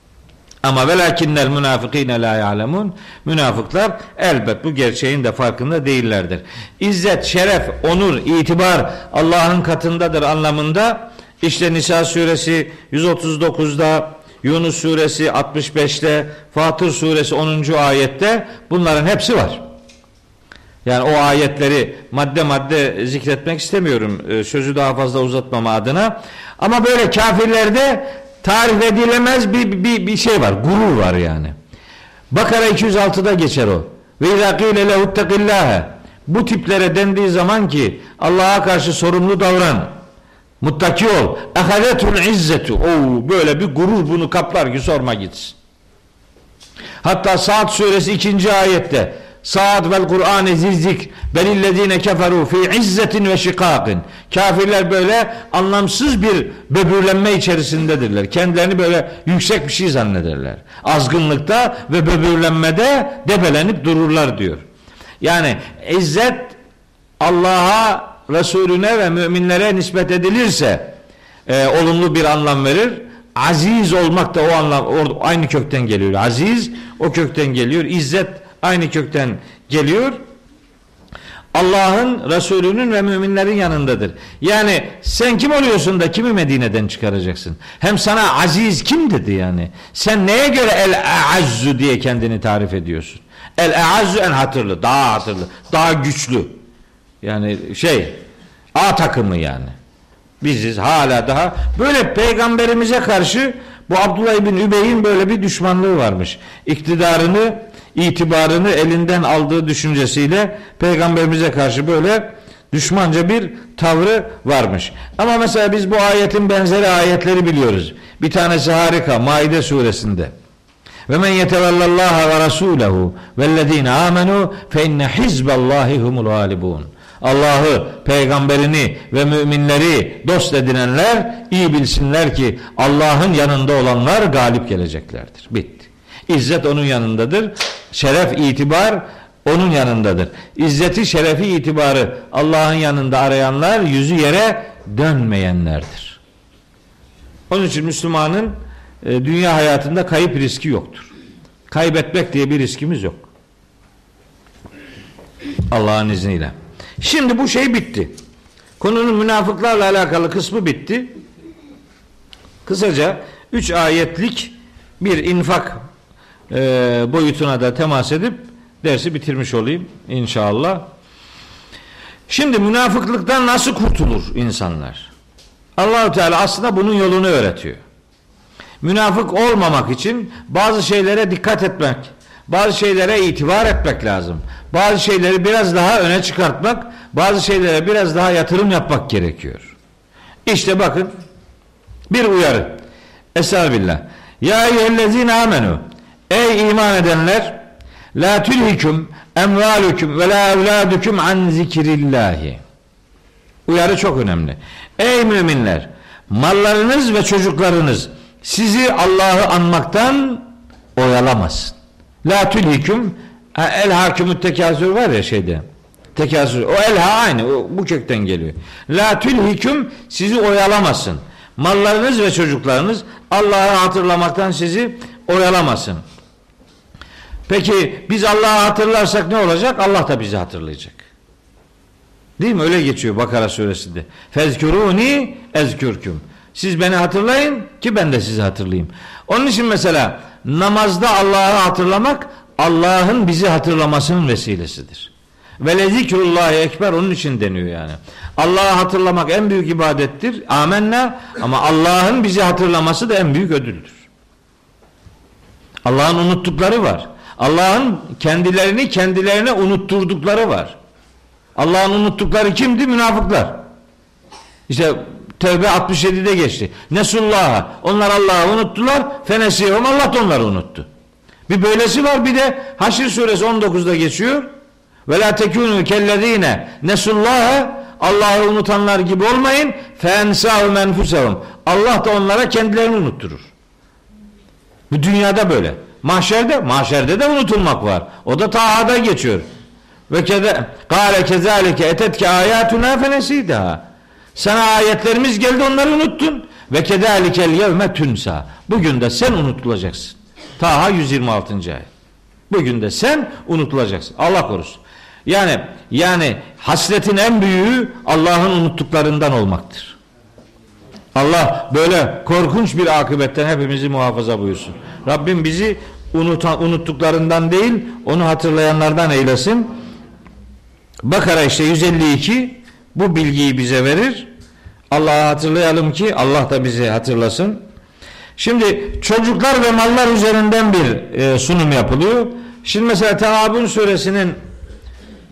Ama velakinnel münafıkîne la ya'lemun. Münafıklar elbet bu gerçeğin de farkında değillerdir. İzzet, şeref, onur, itibar Allah'ın katındadır anlamında işte Nisa suresi 139'da, Yunus suresi 65'te, Fatır suresi 10. ayette bunların hepsi var. Yani o ayetleri madde madde zikretmek istemiyorum. Sözü daha fazla uzatmama adına. Ama böyle kafirlerde tarif edilemez bir şey var. Gurur var yani. Bakara 206'da geçer o. Ve izâ qîle lehuttaqillâhe. Bu tiplere dendiği zaman ki Allah'a karşı sorumlu davran. Muttaki ol. Ehadetul izzetu. Oo, böyle bir gurur bunu kaplar ki sorma gitsin. Hatta Saat suresi 2. ayette Saat vel Kur'an-ı zizzik belillezine keferu fi izzetin ve şikakin. Kafirler böyle anlamsız bir böbürlenme içerisindedirler. Kendilerini böyle yüksek bir şey zannederler. Azgınlıkta ve böbürlenmede debelenip dururlar diyor. Yani izzet Allah'a, Resulüne ve müminlere nispet edilirse olumlu bir anlam verir. Aziz olmak da o anlam aynı kökten geliyor. Aziz o kökten geliyor. İzzet aynı kökten geliyor. Allah'ın, Resulünün ve müminlerin yanındadır. Yani sen kim oluyorsun da kimi Medine'den çıkaracaksın? Hem sana aziz kim dedi yani? Sen neye göre el-e'azzu diye kendini tarif ediyorsun? El-e'azzu en hatırlı, daha hatırlı, daha güçlü. Yani A takımı yani. Biziz hala daha. Böyle peygamberimize karşı bu Abdullah bin Übey'in böyle bir düşmanlığı varmış. İktidarını, itibarını elinden aldığı düşüncesiyle peygamberimize karşı böyle düşmanca bir tavrı varmış. Ama mesela biz bu ayetin benzeri ayetleri biliyoruz. Bir tanesi harika, Maide suresinde. Ve men yetevallallaha ve rasulehu vellezine amenu fe inne hizballahi humul galibun. Allah'ı, peygamberini ve müminleri dost edinenler iyi bilsinler ki Allah'ın yanında olanlar galip geleceklerdir. Bitti. İzzet onun yanındadır. Şeref, itibar onun yanındadır. İzzeti, şerefi, itibarı Allah'ın yanında arayanlar yüzü yere dönmeyenlerdir. Onun için Müslümanın dünya hayatında kayıp riski yoktur. Kaybetmek diye bir riskimiz yok. Allah'ın izniyle. Şimdi bu şey bitti. Konunun münafıklarla alakalı kısmı bitti. Kısaca 3 ayetlik bir infak boyutuna da temas edip dersi bitirmiş olayım inşallah. Şimdi münafıklıktan nasıl kurtulur insanlar? Allah-u Teala aslında bunun yolunu öğretiyor. Münafık olmamak için bazı şeylere dikkat etmek, bazı şeylere itibar etmek lazım. Bazı şeyleri biraz daha öne çıkartmak, bazı şeylere biraz daha yatırım yapmak gerekiyor. İşte bakın bir uyarı. Estağfirullah. Ya eyyühellezine amenu. Ey iman edenler, la tulhikum emvalukum ve la evladukum an zikrillahi. Uyarı çok önemli. Ey müminler, mallarınız ve çocuklarınız sizi Allah'ı anmaktan oyalamasın. La tulhikum el hakimut tekasür var ya şeyde. Tekasür. O elha aynı. O, bu kökten geliyor. La tulhikum sizi oyalamasın. Mallarınız ve çocuklarınız Allah'ı hatırlamaktan sizi oyalamasın. Peki biz Allah'ı hatırlarsak ne olacak? Allah da bizi hatırlayacak. Değil mi? Öyle geçiyor Bakara suresinde. Fezkuruni ezkürküm. Siz beni hatırlayın ki ben de sizi hatırlayayım. Onun için mesela namazda Allah'ı hatırlamak Allah'ın bizi hatırlamasının vesilesidir. Ve lezikrullahi ekber onun için deniyor yani. Allah'ı hatırlamak en büyük ibadettir. Amenna. Ama Allah'ın bizi hatırlaması da en büyük ödüldür. Allah'ın unuttukları var. Allah'ın kendilerine unutturdukları var. Allah'ın unuttukları kimdi? Münafıklar. İşte Tevbe 67'de geçti. Nesullaha. Onlar Allah'ı unuttular. Fenesihum. Allah da onları unuttu. Bir böylesi var, bir de Haşr suresi 19'da geçiyor. Ve la tekunu kellezine nesullaha. Allah'ı unutanlar gibi olmayın. Fensahum enfusahum. Allah da onlara kendilerini unutturur. Bu dünyada böyle. Mahşerde de unutulmak var. O da Taha'da geçiyor. Ve kâle kezâlike etetke âyâtunâ fenesîdâ. Sana ayetlerimiz geldi, onları unuttun. Ve kedâlikel yevme tünsa. Bugün de sen unutulacaksın. Taha 126. ayet. Bugün de sen unutulacaksın. Allah korusun. Yani hasretin en büyüğü Allah'ın unuttuklarından olmaktır. Allah böyle korkunç bir akıbetten hepimizi muhafaza buyursun. Rabbim bizi unuttuklarından değil, onu hatırlayanlardan eylesin. Bakara işte 152 bu bilgiyi bize verir. Allah'ı hatırlayalım ki Allah da bizi hatırlasın. Şimdi çocuklar ve mallar üzerinden bir sunum yapılıyor. Şimdi mesela Teâbun suresinin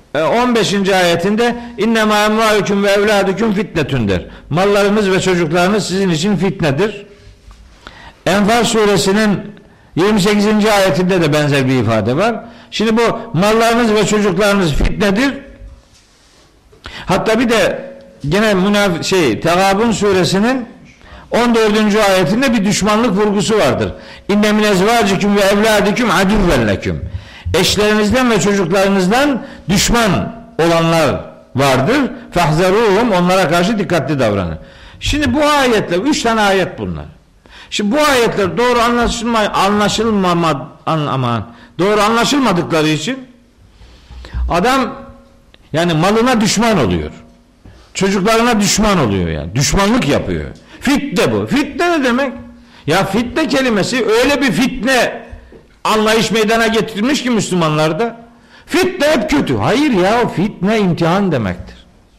15. ayetinde innemâ emvâlüküm ve evlâdüküm fitnetün der. Mallarınız ve çocuklarınız sizin için fitnedir. Enfal suresinin 28. ayetinde de benzer bir ifade var. Şimdi bu mallarınız ve çocuklarınız fitnedir. Hatta bir de gene Tegabun suresinin 14. ayetinde bir düşmanlık vurgusu vardır. İnne min ezvâciküm ve evlâdiküm aduvven leküm. Eşlerinizden ve çocuklarınızdan düşman olanlar vardır. Fahzeruhum, onlara karşı dikkatli davranın. Şimdi bu ayetler, 3 tane ayet bunlar. Şimdi bu ayetler doğru anlaşılmadıkları için adam yani malına düşman oluyor. Çocuklarına düşman oluyor yani. Düşmanlık yapıyor. Fitne bu. Fitne ne demek? Ya fitne kelimesi öyle bir fitne anlayış meydana getirmiş ki Müslümanlarda. Fitne hep kötü. Hayır ya, fitne imtihan demektir.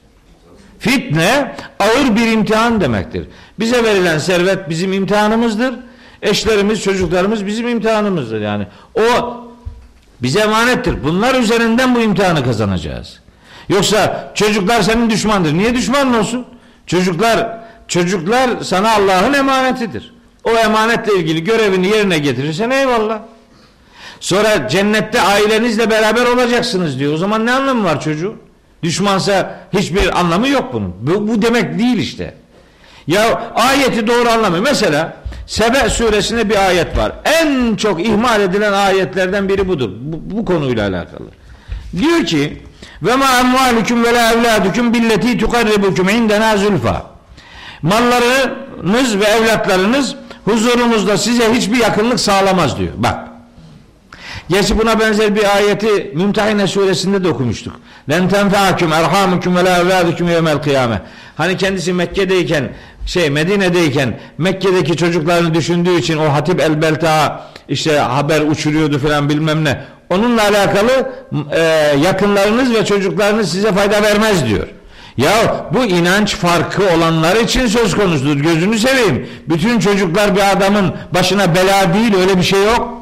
Fitne ağır bir imtihan demektir. Bize verilen servet bizim imtihanımızdır. Eşlerimiz, çocuklarımız bizim imtihanımızdır yani. O bize emanettir. Bunlar üzerinden bu imtihanı kazanacağız. Yoksa çocuklar senin düşmandır. Niye düşmanın olsun? Çocuklar sana Allah'ın emanetidir. O emanetle ilgili görevini yerine getirirsen eyvallah. Sonra cennette ailenizle beraber olacaksınız diyor. O zaman ne anlamı var çocuğun? Düşmansa hiçbir anlamı yok bunun. Bu demek değil işte. Ya ayeti doğru anlamıyor. Mesela Sebe suresinde bir ayet var. En çok ihmal edilen ayetlerden biri budur. Bu konuyla alakalı. Diyor ki ve ma emvalukum ve la evladukum billeti tukarribukum indena zulfa. Mallarınız ve evlatlarınız huzurumuzda size hiçbir yakınlık sağlamaz diyor. Bak. Gerçi buna benzer bir ayeti Mümtehine suresinde de okumuştuk. Len tenfeakum erhamukum ve la evladukum yevmel kıyame. Hani kendisi Mekke'deyken Medine'deyken Mekke'deki çocuklarını düşündüğü için o Hatip el-Belta'a işte haber uçuruyordu falan bilmem ne. Onunla alakalı yakınlarınız ve çocuklarınız size fayda vermez diyor. Ya bu inanç farkı olanlar için söz konusudur. Gözünü seveyim. Bütün çocuklar bir adamın başına bela değil, öyle bir şey yok.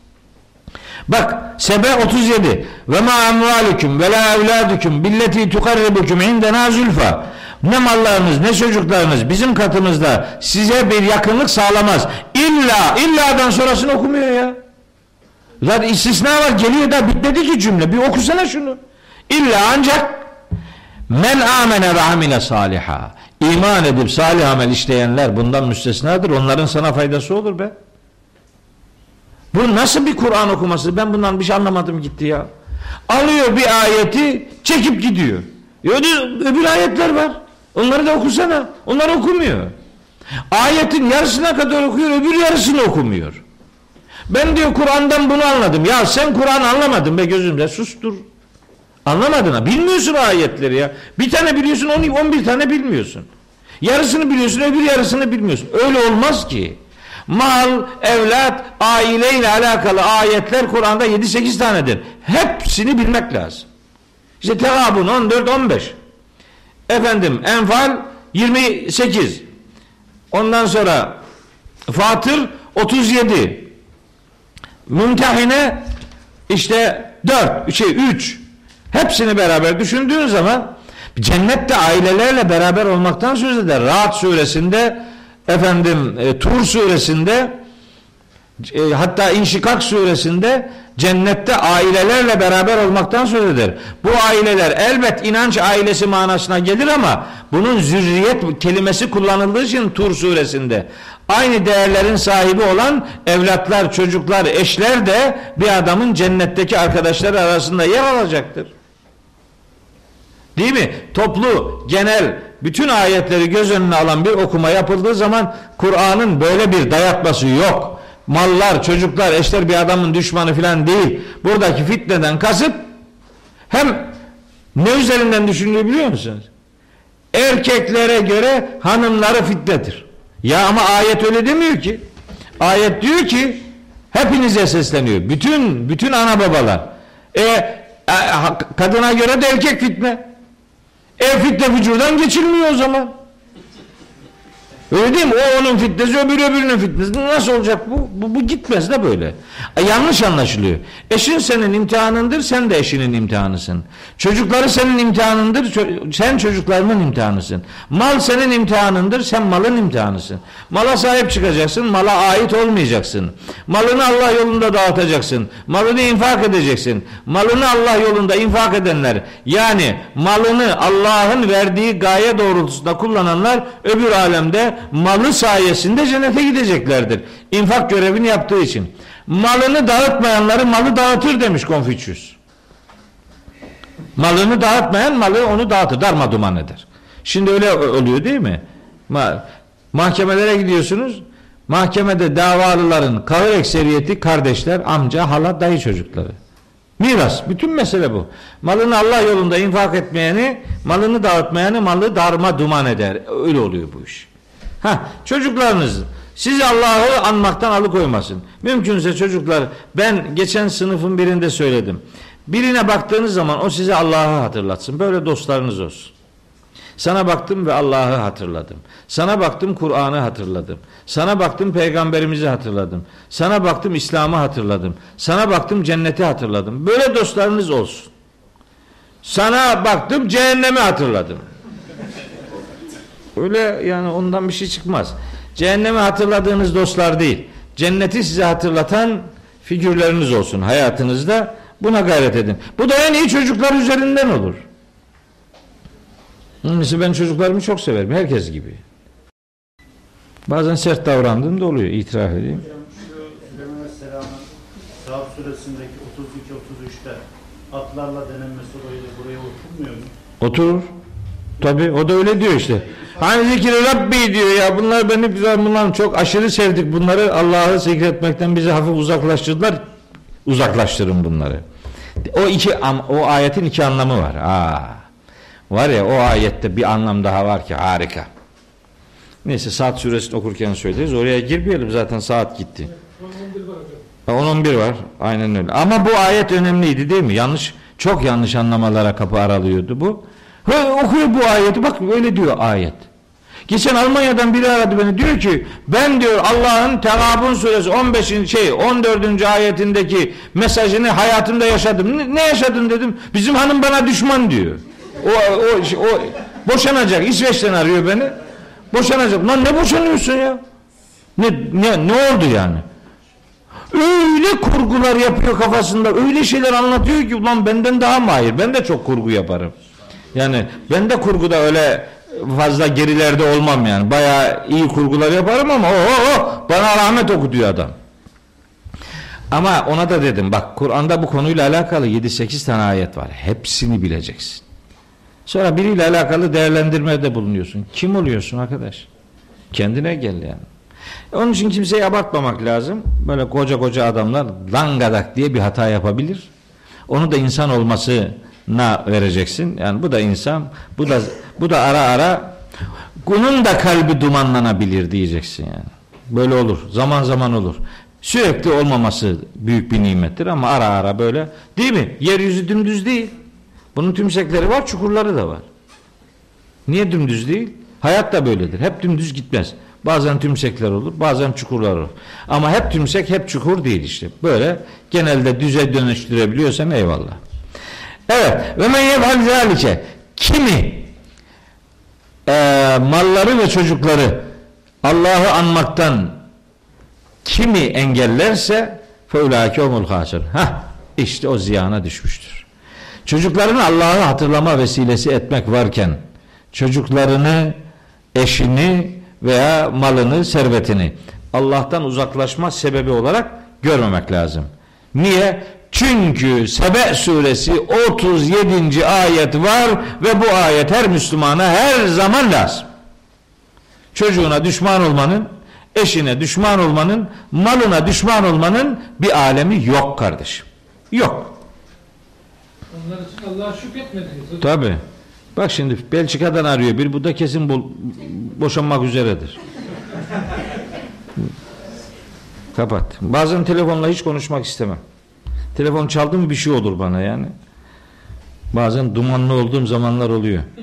Bak Sebe 37 ve ma emvalukum ve la evladukum billeti tukarribukum indena zulfa. Ne mallarınız ne çocuklarınız bizim katımızda size bir yakınlık sağlamaz. İlla'dan sonrasını okumuyor ya. Zaten istisna var, geliyor da bitmedi ki cümle. Bir okusana şunu. İlla ancak men amene ve amile saliha. İman edip salih amel işleyenler bundan müstesnadır. Onların sana faydası olur be. Bu nasıl bir Kur'an okuması? Ben bundan bir şey anlamadım gitti ya. Alıyor bir ayeti çekip gidiyor. Öbür ayetler var. Onları da okusana. Onları okumuyor. Ayetin yarısına kadar okuyor, öbür yarısını okumuyor. Ben diyor Kur'an'dan bunu anladım. Ya sen Kur'an anlamadın be gözümde. Sustur. Anlamadın ha. Bilmiyorsun ayetleri ya. Bir tane biliyorsun, 11 tane bilmiyorsun. Yarısını biliyorsun, öbür yarısını bilmiyorsun. Öyle olmaz ki. Mal, evlat, aileyle alakalı ayetler Kur'an'da 7-8 tanedir. Hepsini bilmek lazım. İşte Tegabun 14-15. Enfal 28. Ondan sonra Fatır 37. Mümtehine işte 3. Hepsini beraber düşündüğün zaman cennette ailelerle beraber olmaktan söz eder. Ra'd suresinde, Tur suresinde, hatta İnşikak suresinde cennette ailelerle beraber olmaktan söz eder. Bu aileler elbet inanç ailesi manasına gelir ama bunun zürriyet kelimesi kullanıldığı için Tur suresinde aynı değerlerin sahibi olan evlatlar, çocuklar, eşler de bir adamın cennetteki arkadaşları arasında yer alacaktır. Değil mi? Toplu, genel, bütün ayetleri göz önüne alan bir okuma yapıldığı zaman Kur'an'ın böyle bir dayatması yok. Mallar, çocuklar, eşler bir adamın düşmanı filan değil. Buradaki fitneden kasıt hem ne üzerinden düşünülüyor biliyor musunuz? Erkeklere göre hanımları fitnedir. Ya ama ayet öyle demiyor ki. Ayet diyor ki hepinize sesleniyor. Bütün ana babalar. Kadına göre de erkek fitne. Fitne vücudan geçilmiyor o zaman. Öyle değil mi? O onun fitnesi, öbürünün fitnesi. Nasıl olacak bu? Bu gitmez de böyle. Yanlış anlaşılıyor. Eşin senin imtihanındır, sen de eşinin imtihanısın. Çocukları senin imtihanındır, sen çocuklarının imtihanısın. Mal senin imtihanındır, sen malın imtihanısın. Mala sahip çıkacaksın, mala ait olmayacaksın. Malını Allah yolunda dağıtacaksın. Malını infak edeceksin. Malını Allah yolunda infak edenler, yani malını Allah'ın verdiği gaye doğrultusunda kullananlar öbür alemde malı sayesinde cennete gideceklerdir. İnfak görevini yaptığı için. Malını dağıtmayanları malı dağıtır demiş Konfüçyüs. Malını dağıtmayan malı onu dağıtır, darmaduman eder. Şimdi öyle oluyor değil mi? Mahkemelere gidiyorsunuz. Mahkemede davalıların kahır ekseriyeti kardeşler, amca, hala, dayı çocukları. Miras. Bütün mesele bu. Malını Allah yolunda infak etmeyeni, malını dağıtmayanı malı darma duman eder. Öyle oluyor bu iş. Çocuklarınız sizi Allah'ı anmaktan alıkoymasın. Mümkünse çocuklar, ben geçen sınıfın birinde söyledim. Birine baktığınız zaman o size Allah'ı hatırlatsın. Böyle dostlarınız olsun. Sana baktım ve Allah'ı hatırladım. Sana baktım Kur'an'ı hatırladım. Sana baktım Peygamberimizi hatırladım. Sana baktım İslam'ı hatırladım. Sana baktım cenneti hatırladım. Böyle dostlarınız olsun. Sana baktım cehennemi hatırladım. Öyle yani, ondan bir şey çıkmaz. Cehennemi hatırladığınız dostlar değil, cenneti size hatırlatan figürleriniz olsun hayatınızda. Buna gayret edin. Bu da en iyi çocuklar üzerinden olur. Mesela ben çocuklarımı çok severim. Herkes gibi. Bazen sert davrandığım da oluyor. İtiraf edeyim. Süleyman Aleyhisselam'ın Sa'd suresindeki 32-33'te atlarla denenmesi olayıyla buraya oturmuyor mu? Oturur. Tabii o da öyle diyor işte. Hani zikri Rabbi diyor ya, bunlar çok aşırı sevdik bunları, Allah'ı zikretmekten bizi hafif uzaklaştırdılar. Uzaklaştırın bunları. O ayetin iki anlamı var. Var ya, o ayette bir anlam daha var ki harika. Neyse, Sa'd suresini okurken söyleriz. Oraya girmeyelim, zaten saat gitti. 10-11 var. Aynen öyle. Ama bu ayet önemliydi değil mi? Çok yanlış anlamalara kapı aralıyordu bu. Okuyor bu ayeti, bak öyle diyor ayet. Geçen Almanya'dan biri aradı beni, diyor ki ben diyor Allah'ın Tegabun suresi 14. ayetindeki mesajını hayatımda yaşadım. Ne yaşadın dedim. Bizim hanım bana düşman diyor. O boşanacak. İsveç'ten arıyor beni. Boşanacak. Lan ne boşanıyorsun ya? Ne oldu yani? Öyle kurgular yapıyor kafasında. Öyle şeyler anlatıyor ki ulan benden daha mahir. Ben de çok kurgu yaparım. Yani ben de kurguda öyle fazla gerilerde olmam yani. Bayağı iyi kurgular yaparım ama bana rahmet okutuyor adam. Ama ona da dedim, bak Kur'an'da bu konuyla alakalı 7-8 tane ayet var. Hepsini bileceksin. Sonra biriyle alakalı değerlendirmede bulunuyorsun. Kim oluyorsun arkadaş? Kendine gel yani. Onun için kimseyi abartmamak lazım. Böyle koca adamlar langadak diye bir hata yapabilir. Onu da insan olmasına vereceksin. Yani bu da insan, bu da ara bunun da kalbi dumanlanabilir diyeceksin yani. Böyle olur. Zaman olur. Sürekli olmaması büyük bir nimettir ama ara böyle. Değil mi? Yeryüzü dümdüz değil. Bunun tümsekleri var, çukurları da var. Niye dümdüz değil? Hayat da böyledir. Hep dümdüz gitmez. Bazen tümsekler olur, bazen çukurlar olur. Ama hep tümsek, hep çukur değil işte. Böyle genelde düze dönüştürebiliyorsan eyvallah. Evet. Ve men yef'al zalike, kimi malları ve çocukları Allah'ı anmaktan kimi engellerse feulâke humul hâsirûn. İşte o ziyana düşmüştür. Çocuklarını Allah'ı hatırlama vesilesi etmek varken çocuklarını, eşini veya malını, servetini Allah'tan uzaklaşma sebebi olarak görmemek lazım. Niye? Çünkü Sebe suresi 37. ayet var ve bu ayet her Müslümana her zaman lazım. Çocuğuna düşman olmanın, eşine düşman olmanın, malına düşman olmanın bir alemi yok kardeşim. Yok. Onlar için Allah'a şükretmedi. Tabii. Bak şimdi Belçika'dan arıyor bir, bu da kesin boşanmak üzeredir. Kapat. Bazen telefonla hiç konuşmak istemem. Telefon çaldı mı bir şey olur bana yani. Bazen dumanlı olduğum zamanlar oluyor.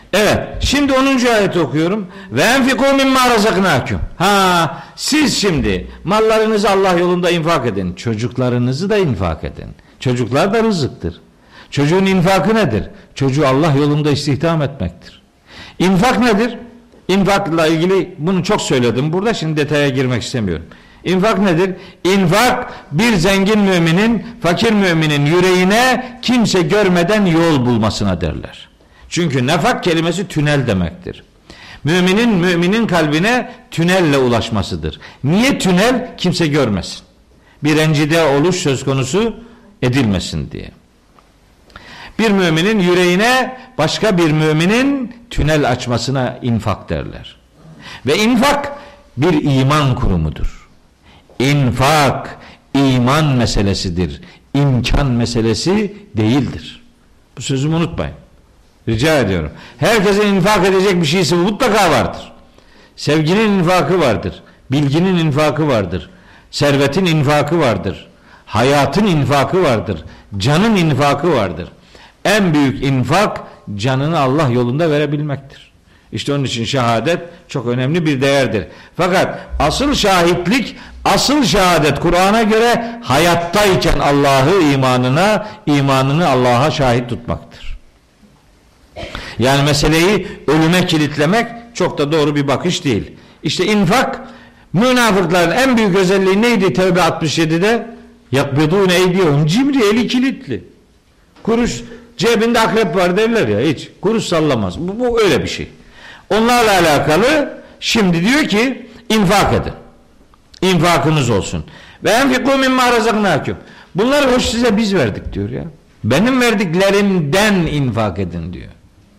Evet. Şimdi 10. ayeti okuyorum. Ve enfikû mimmâ razaknâküm. Siz şimdi mallarınızı Allah yolunda infak edin. Çocuklarınızı da infak edin. Çocuklar da rızıktır. Çocuğun infakı nedir? Çocuğu Allah yolunda istihdam etmektir. İnfak nedir? İnfakla ilgili bunu çok söyledim burada, şimdi detaya girmek istemiyorum. İnfak nedir? İnfak bir zengin müminin fakir müminin yüreğine kimse görmeden yol bulmasına derler. Çünkü nefak kelimesi tünel demektir. Müminin kalbine tünelle ulaşmasıdır. Niye tünel? Kimse görmesin. Bir rencide oluş söz konusu edilmesin diye. Bir müminin yüreğine başka bir müminin tünel açmasına infak derler. Ve infak bir iman kurumudur. İnfak iman meselesidir. İmkan meselesi değildir. Bu sözümü unutmayın. Rica ediyorum. Herkesin infak edecek bir şeysi mutlaka vardır. Sevginin infakı vardır. Bilginin infakı vardır. Servetin infakı vardır. Hayatın infakı vardır. Canın infakı vardır. En büyük infak canını Allah yolunda verebilmektir. İşte onun için şehadet çok önemli bir değerdir. Fakat asıl şahitlik, asıl şehadet Kur'an'a göre hayattayken Allah'ı imanını Allah'a şahit tutmaktır. Yani meseleyi ölüme kilitlemek çok da doğru bir bakış değil. İşte infak, münafıkların en büyük özelliği neydi Tevbe 67'de? Yakbidûne eydiyehum, cimri, eli kilitli. Kuruş cebinde akrep var derler ya, hiç kuruş sallamaz. Bu öyle bir şey. Onlarla alakalı şimdi diyor ki infak edin. İnfakınız olsun. Ve enfikû mimmâ razaknâküm. Bunları hoş size biz verdik diyor ya. Benim verdiklerimden infak edin diyor.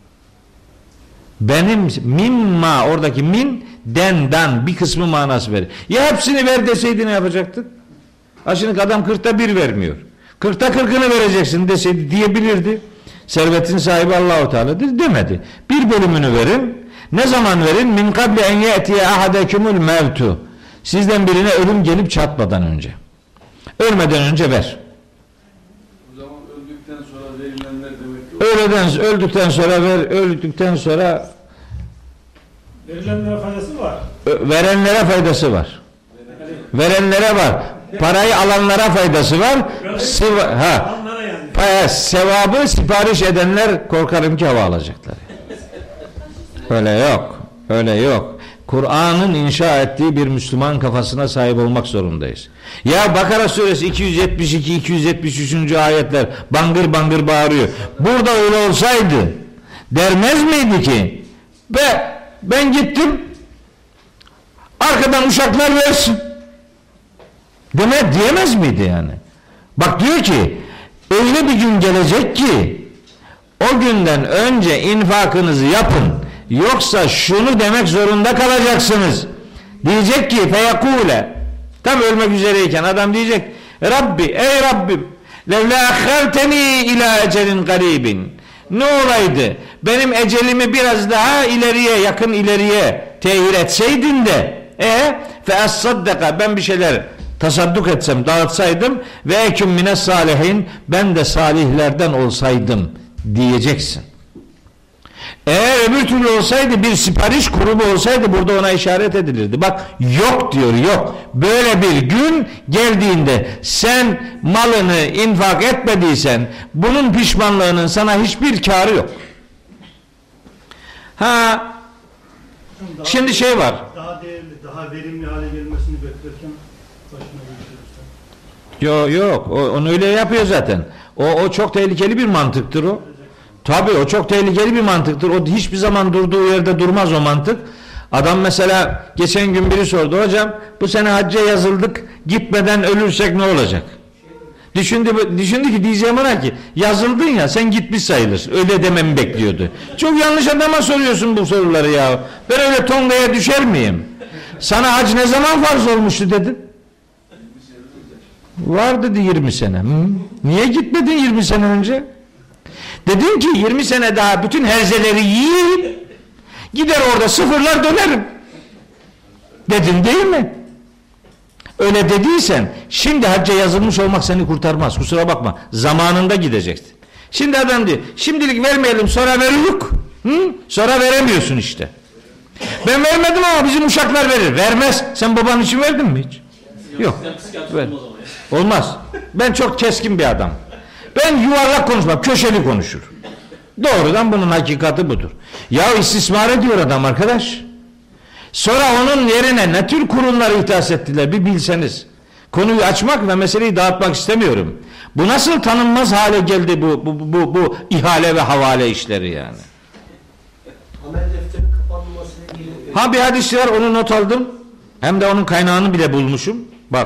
Benim mimma, oradaki min den bir kısmı manası verir. Ya hepsini ver deseydi ne yapacaktık? Şimdi adam 40'ta 1 vermiyor. 40'ta 40'ını vereceksin deseydi diyebilirdi. Servetin sahibi Allah-u Teala'dır demedi. Bir bölümünü verin. Ne zaman verin? Min kable en ye'tiye ahadekumul mevtu. Sizden birine ölüm gelip çatmadan önce. Ölmeden önce ver. O zaman öldükten sonra verilenler demek ki Öldükten sonra ver. Öldükten sonra Verilenlere faydası var. Verenlere faydası var. Verenlere var. Parayı alanlara faydası var. Sevabı sipariş edenler korkarım ki hava alacaklar. Öyle yok. Kur'an'ın inşa ettiği bir Müslüman kafasına sahip olmak zorundayız. Ya Bakara suresi 272-273. ayetler bangır bangır bağırıyor. Burada öyle olsaydı dermez miydi ki? Ben gittim, arkadan uşaklar versin. Diyemez miydi yani? Bak diyor ki öyle bir gün gelecek ki o günden önce infakınızı yapın, yoksa şunu demek zorunda kalacaksınız. Diyecek ki feyekule, tam ölmek üzereyken adam diyecek Rabbi, ey Rabbim, levla akharteni ila ecelin garibin, ne olaydı benim ecelimi biraz daha yakın ileriye tehir etseydin de fe as-saddaka, ben bir şeyler tasadduk etsem, dağıtsaydım ve eküm mines salihin, ben de salihlerden olsaydım diyeceksin. Eğer öbür türlü olsaydı, bir sipariş kurumu olsaydı burada ona işaret edilirdi. Bak yok diyor, yok. Böyle bir gün geldiğinde sen malını infak etmediysen bunun pişmanlığının sana hiçbir kârı yok. Şimdi şey var. Daha değerli, daha verimli hale gelmesini beklerken başına bir şey. Yok. Onu öyle yapıyor zaten. O çok tehlikeli bir mantıktır o. Tabii o çok tehlikeli bir mantıktır. O hiçbir zaman durduğu yerde durmaz o mantık. Adam mesela geçen gün biri sordu, hocam bu sene hacca yazıldık, gitmeden ölürsek ne olacak? Düşündü ki diyeceğim ona ki yazıldın ya, sen gitmiş sayılır. Öyle dememi bekliyordu. Çok yanlış adama soruyorsun bu soruları ya. Ben öyle tongaya düşer miyim? Sana hac ne zaman farz olmuştu dedin? Var dedi 20 sene. Niye gitmedin 20 sene önce? Dedim ki 20 sene daha bütün herzeleri yiyeyim, gider orada sıfırlar dönerim. Dedin değil mi? Öyle dediysen şimdi hacca yazılmış olmak seni kurtarmaz. Kusura bakma. Zamanında gideceksin. Şimdi adam diyor şimdilik vermeyelim, sonra verirük. Sonra veremiyorsun işte. Ben vermedim ama bizim uşaklar verir. Vermez. Sen baban için verdin mi hiç? Yok. Ver. Olmaz. Ben çok keskin bir adam. Ben yuvarlak konuşmam. Köşeli konuşur. Doğrudan bunun hakikati budur. Ya istismar ediyor adam arkadaş. Sonra onun yerine ne tür kurumlar ihdas ettiler bir bilseniz. Konuyu açmak ve meseleyi dağıtmak istemiyorum. Bu nasıl tanınmaz hale geldi bu ihale ve havale işleri yani. Amel defterinin kapanmasıyla ilgili... Ha bir hadis var, onu not aldım. Hem de onun kaynağını bile bulmuşum. Bak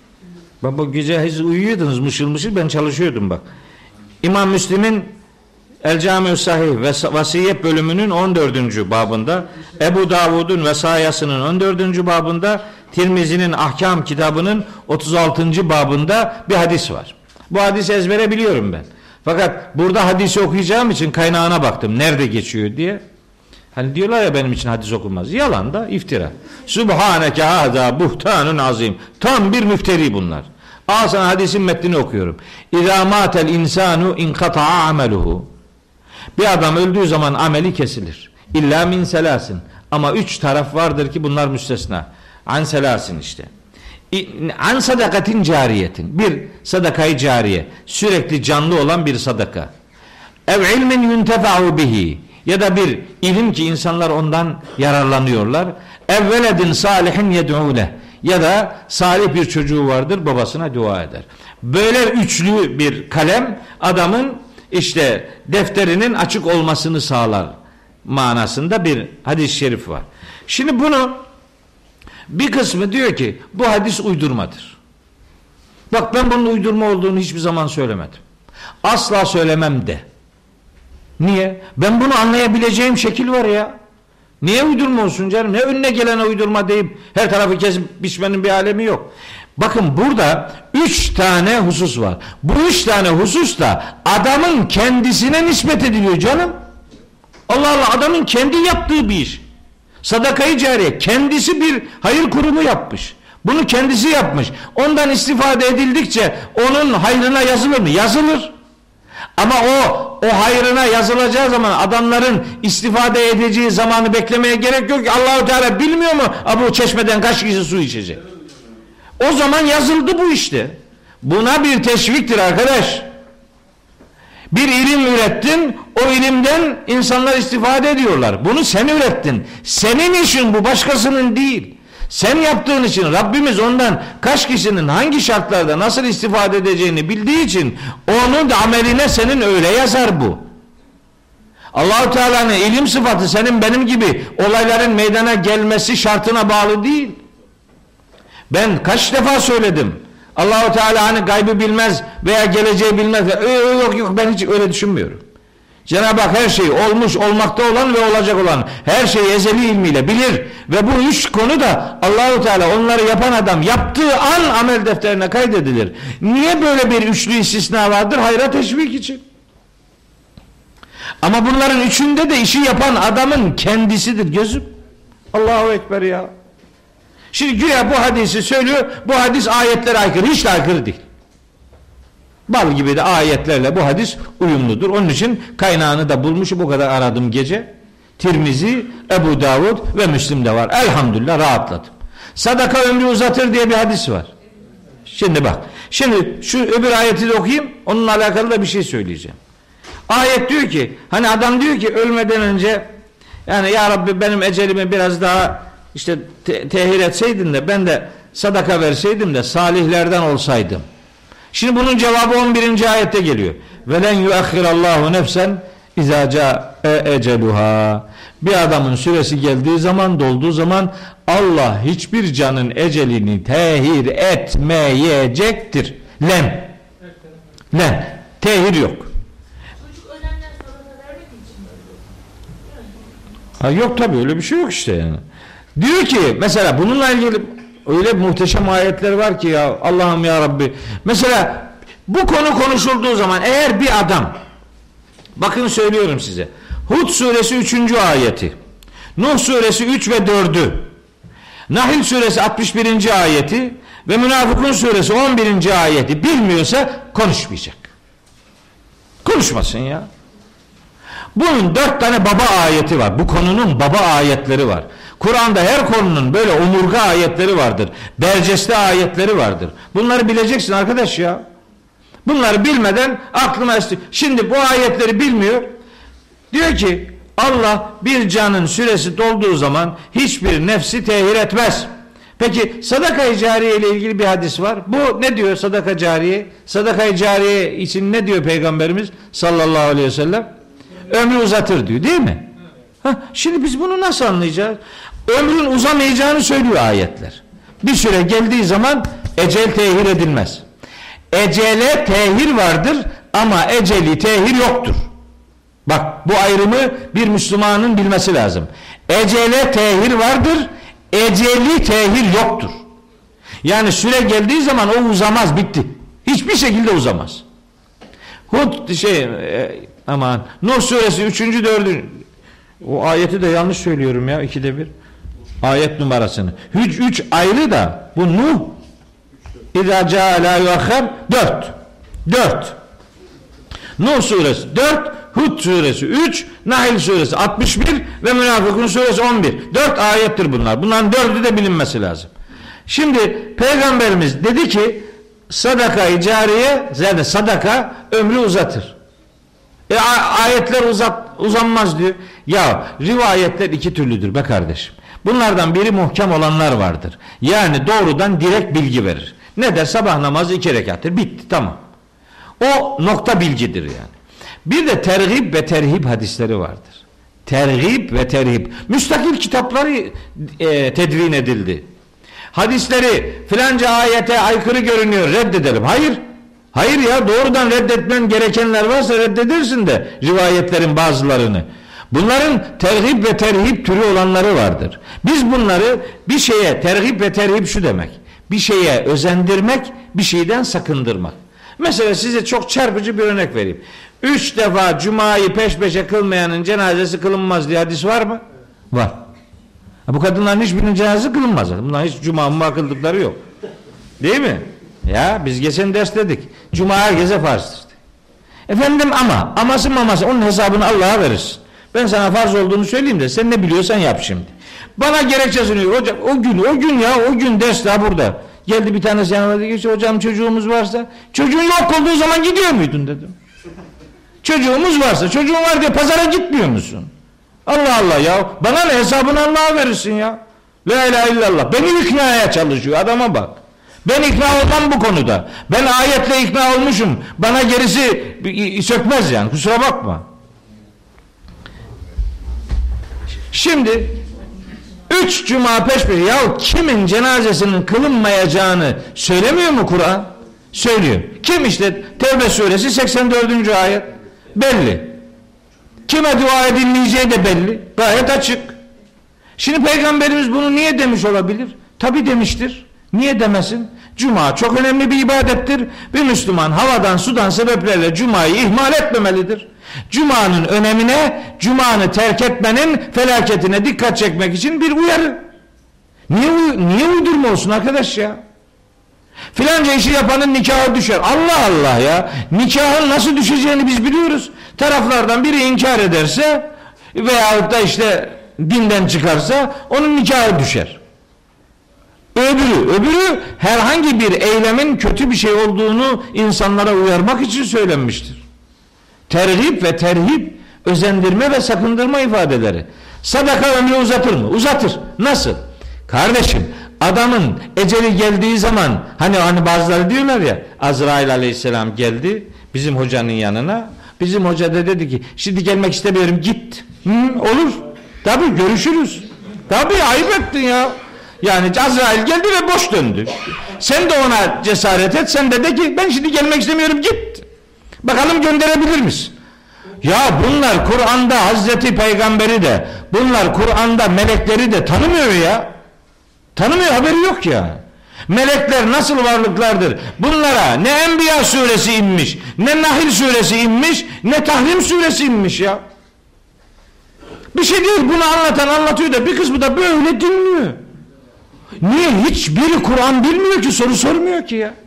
bu gece hiç uyuyordunuz mışıl mışıl, ben çalışıyordum bak. İmam Müslim'in El Cami-ü Sahih ve Vasiyet bölümünün 14. babında, Ebu Davud'un Vesayasının 14. babında, Tirmizi'nin Ahkam kitabının 36. babında bir hadis var. Bu hadisi ezbere biliyorum ben. Fakat burada hadisi okuyacağım için kaynağına baktım. Nerede geçiyor diye. Hani diyorlar ya benim için hadis okunmaz. Yalan da iftira. Subhaneke hâzâ buhtanun azim. Tam bir müfteri bunlar. Al sana hadisin metnini okuyorum. İzâ mâtel insânu inkata'a ameluhu. Bir adam öldüğü zaman ameli kesilir. İllâ min selâsin. Ama 3 taraf vardır ki bunlar müstesna. An selâsin işte. An sadakatin cariyetin. Bir sadakayı cariye. Sürekli canlı olan bir sadaka. Ev ilmin yuntefa'u bihi. Ya da bir ilim ki insanlar ondan yararlanıyorlar. Evveledin salihin yed'ûleh. Ya da salih bir çocuğu vardır, babasına dua eder. Böyle üçlü bir kalem adamın işte defterinin açık olmasını sağlar manasında bir hadis-i şerif var. Şimdi bunu bir kısmı diyor ki bu hadis uydurmadır. Bak ben bunun uydurma olduğunu hiçbir zaman söylemedim. Asla söylemem de. Niye? Ben bunu anlayabileceğim şekil var ya. Niye uydurma olsun canım? Ne önüne gelene uydurma deyip her tarafı kesip biçmenin bir alemi yok. Bakın burada 3 tane husus var. Bu 3 tane husus da adamın kendisine nispet ediliyor canım. Allah Allah, adamın kendi yaptığı bir iş. Sadakayı cariye. Kendisi bir hayır kurumu yapmış. Bunu kendisi yapmış. Ondan istifade edildikçe onun hayrına yazılır mı? Yazılır. Ama o hayrına yazılacağı zaman adamların istifade edeceği zamanı beklemeye gerek yok ki. Allah-u Teala bilmiyor mu bu çeşmeden kaç kişi su içecek? O zaman yazıldı bu işte. Buna bir teşviktir arkadaş. Bir ilim ürettin, o ilimden insanlar istifade ediyorlar. Bunu sen ürettin. Senin işin bu, başkasının değil. Sen yaptığın için Rabbimiz ondan kaç kişinin hangi şartlarda nasıl istifade edeceğini bildiği için onun da ameline senin öyle yazar bu. Allah-u Teala'nın ilim sıfatı senin benim gibi olayların meydana gelmesi şartına bağlı değil. Ben kaç defa söyledim. Allah-u Teala hani gaybı bilmez veya geleceği bilmez. Yok ben hiç öyle düşünmüyorum. Cenab-ı Hak her şeyi olmuş, olmakta olan ve olacak olan her şeyi ezeli ilmiyle bilir ve bu 3 konu da Allah-u Teala onları yapan adam yaptığı an amel defterine kaydedilir. Niye böyle bir üçlü istisna vardır? Hayra teşvik için. Ama bunların üçünde de işi yapan adamın kendisidir gözüm. Allahu Ekber ya. Şimdi güya bu hadisi söylüyor, bu hadis ayetlere aykırı, hiç de aykırı değil. Bal gibi de ayetlerle bu hadis uyumludur. Onun için kaynağını da bulmuş, bu kadar aradım gece. Tirmizi, Ebu Davud ve Müslim'de var. Elhamdülillah rahatladım. Sadaka ömrü uzatır diye bir hadis var. Şimdi bak. Şimdi şu öbür ayeti de okuyayım. Onunla alakalı da bir şey söyleyeceğim. Ayet diyor ki, hani adam diyor ki ölmeden önce yani ya Rabbi benim ecelimi biraz daha işte tehir etseydin de ben de sadaka verseydim de salihlerden olsaydım. Şimdi bunun cevabı 11. ayette geliyor. Velen yuakhirallahu nefsen izâ câe eceluhâ. Bir adamın süresi geldiği zaman, dolduğu zaman Allah hiçbir canın ecelini tehir etmeyecektir. Len. Tehir yok. Çocuk ölenler sadaka vermek için böyle. Yok tabii öyle bir şey yok işte yani. Diyor ki mesela bununla ilgili öyle muhteşem ayetler var ki ya Allah'ım ya Rabbi. Mesela bu konu konuşulduğu zaman eğer bir adam, bakın söylüyorum size, Hud suresi 3. ayeti, Nuh suresi 3 ve 4'ü, Nahl suresi 61. ayeti ve Münafıkun suresi 11. ayeti bilmiyorsa konuşmayacak. Konuşmasın ya. Bunun 4 tane baba ayeti var. Bu konunun baba ayetleri var. Kur'an'da her konunun böyle omurga ayetleri vardır. Berceste ayetleri vardır. Bunları bileceksin arkadaş ya. Bunları bilmeden aklına esti. Şimdi bu ayetleri bilmiyor. Diyor ki Allah bir canın süresi dolduğu zaman hiçbir nefsi tehir etmez. Peki sadaka-i cariye ile ilgili bir hadis var. Bu ne diyor sadaka cariye? Sadaka-i cariye için ne diyor Peygamberimiz sallallahu aleyhi ve sellem? Ömrü uzatır diyor, değil mi? Şimdi biz bunu nasıl anlayacağız? Ömrün uzamayacağını söylüyor ayetler. Bir süre geldiği zaman ecel tehir edilmez. Ecele tehir vardır ama eceli tehir yoktur. Bak bu ayrımı bir Müslümanın bilmesi lazım. Ecele tehir vardır, eceli tehir yoktur. Yani süre geldiği zaman o uzamaz, bitti. Hiçbir şekilde uzamaz. Nuh suresi 3. 4. O ayeti de yanlış söylüyorum ya, 2'de 1. Ayet numarasını. 3 ayrı da bu Nuh İzâ câ lâ yuakhar 4. Nuh suresi 4, Hud suresi 3, Nahl suresi 61 ve Münafıkun suresi 11. 4 ayettir bunlar. Bunların 4'ü de bilinmesi lazım. Şimdi Peygamberimiz dedi ki sadaka-i cariye, zaten sadaka ömrü uzatır. Ayetler uzanmaz diyor. Ya rivayetler 2 türlüdür be kardeşim. Bunlardan biri muhkem olanlar vardır. Yani doğrudan direkt bilgi verir. Ne der? Sabah namazı 2 rekattır. Bitti, tamam. O nokta bilgidir yani. Bir de tergib ve terhib hadisleri vardır. Tergib ve terhib. Müstakil kitapları tedvin edildi. Hadisleri filanca ayete aykırı görünüyor, reddedelim. Hayır ya, doğrudan reddetmen gerekenler varsa reddedersin de rivayetlerin bazılarını. Bunların tergib ve terhib türü olanları vardır. Biz bunları bir şeye, tergib ve terhib şu demek. Bir şeye özendirmek, bir şeyden sakındırmak. Mesela size çok çarpıcı bir örnek vereyim. 3 defa cumayı peş peşe kılmayanın cenazesi kılınmaz diye hadis var mı? Var. Bu kadınların hiçbirinin cenazesi kılınmaz. Bunların hiç cuma kıldıkları yok. Değil mi? Ya biz geçen ders dedik. Cuma herkese farzdır. Efendim aması onun hesabını Allah'a verirsin. Ben sana farz olduğunu söyleyeyim de sen ne biliyorsan yap şimdi. Bana gerekçe sunuyor. Hocam o gün ders daha burada. Geldi bir tanesi yanıma dedi ki hocam çocuğumuz varsa, çocuğun yok olduğu zaman gidiyor muydun dedim. Çocuğumuz varsa, çocuğun var diye pazara gitmiyor musun? Allah Allah ya. Bana ne, hesabını Allah'a verirsin ya. La ilahe illallah. Beni iknaya çalışıyor, adama bak. Ben ikna olmam bu konuda. Ben ayetle ikna olmuşum. Bana gerisi sökmez yani, kusura bakma. Şimdi 3 cuma peş peşe, ya kimin cenazesinin kılınmayacağını söylemiyor mu Kur'an? Söylüyor. Kim işte? Tevbe suresi 84. ayet. Belli. Kime dua edilmeyeceği de belli. Gayet açık. Şimdi Peygamberimiz bunu niye demiş olabilir? Tabi demiştir. Niye demesin? Cuma çok önemli bir ibadettir. Bir Müslüman havadan sudan sebeplerle Cuma'yı ihmal etmemelidir. Cuma'nın önemine, Cuma'nı terk etmenin felaketine dikkat çekmek için bir uyarı. Niye uydurma olsun arkadaş ya? Filanca işi yapanın nikahı düşer. Allah Allah ya. Nikahın nasıl düşeceğini biz biliyoruz. Taraflardan biri inkar ederse veyahut da işte dinden çıkarsa onun nikahı düşer. Öbürü herhangi bir eylemin kötü bir şey olduğunu insanlara uyarmak için söylenmiştir. Tergib ve terhib, özendirme ve sakındırma ifadeleri. Sadaka ömrü uzatır mı? Uzatır. Nasıl? Kardeşim, adamın eceli geldiği zaman hani bazıları diyorlar ya, Azrail aleyhisselam geldi bizim hocanın yanına. Bizim hoca da dedi ki şimdi gelmek istemiyorum, git. Olur. Tabii görüşürüz. Tabii ayıp ettin ya. Yani Azrail geldi ve boş döndü. Sen de ona cesaret et. Sen de ki ben şimdi gelmek istemiyorum, git. Bakalım gönderebilir misin? Ya bunlar Kur'an'da Hazreti Peygamberi de, bunlar Kur'an'da melekleri de tanımıyor ya. Tanımıyor, haberi yok ya. Melekler nasıl varlıklardır? Bunlara ne Enbiya suresi inmiş, ne Nahl suresi inmiş, ne Tahrim suresi inmiş ya. Bir şey değil, bunu anlatan anlatıyor da bir kısmı da böyle dinliyor. Niye? Hiçbiri Kur'an bilmiyor ki, soru sormuyor ki ya.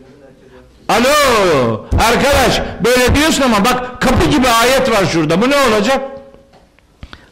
Alo arkadaş, böyle diyorsun ama bak kapı gibi ayet var şurada, bu ne olacak?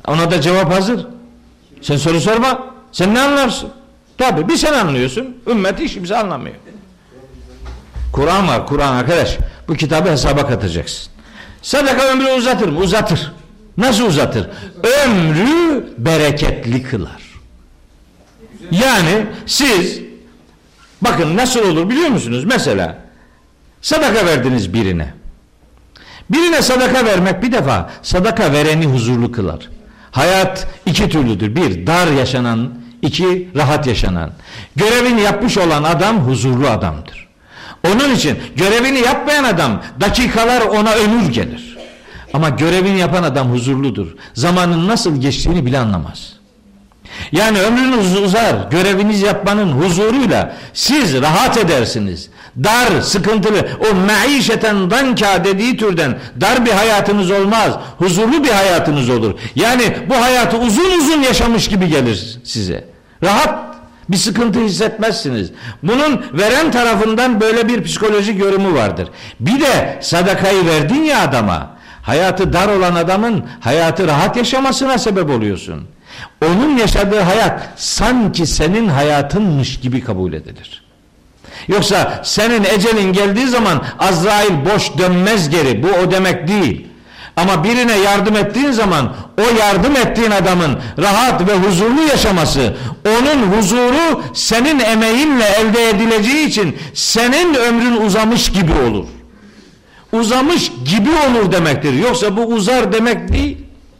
Ona da cevap hazır. Sen soru sorma. Sen ne anlarsın? Tabii bir sen anlıyorsun. Ümmet hiç kimse anlamıyor. Kur'an var. Kur'an arkadaş. Bu kitabı hesaba katacaksın. Sadaka ömrü uzatır mı? Uzatır. Nasıl uzatır? Ömrü bereketli kılar. Yani siz bakın nasıl olur biliyor musunuz? Mesela sadaka verdiniz birine. Birine sadaka vermek bir defa sadaka vereni huzurlu kılar. Hayat iki türlüdür. Bir, dar yaşanan. İki, rahat yaşanan. Görevini yapmış olan adam huzurlu adamdır. Onun için görevini yapmayan adam dakikalar ona ömür gelir. Ama görevini yapan adam huzurludur. Zamanın nasıl geçtiğini bile anlamaz. Yani ömrünüz uzar, görevinizi yapmanın huzuruyla siz rahat edersiniz. Dar, sıkıntılı, o maişeten danka dediği türden dar bir hayatınız olmaz. Huzurlu bir hayatınız olur. Yani bu hayatı uzun uzun yaşamış gibi gelir size. Rahat, bir sıkıntı hissetmezsiniz. Bunun veren tarafından böyle bir psikolojik yorumu vardır. Bir de sadakayı verdin ya adama, hayatı dar olan adamın hayatı rahat yaşamasına sebep oluyorsun. Onun yaşadığı hayat sanki senin hayatınmış gibi kabul edilir. Yoksa senin ecelin geldiği zaman Azrail boş dönmez geri. Bu o demek değil. Ama birine yardım ettiğin zaman o yardım ettiğin adamın rahat ve huzurlu yaşaması, onun huzuru senin emeğinle elde edileceği için senin ömrün uzamış gibi olur. Uzamış gibi olur demektir. Yoksa bu uzar demek değil.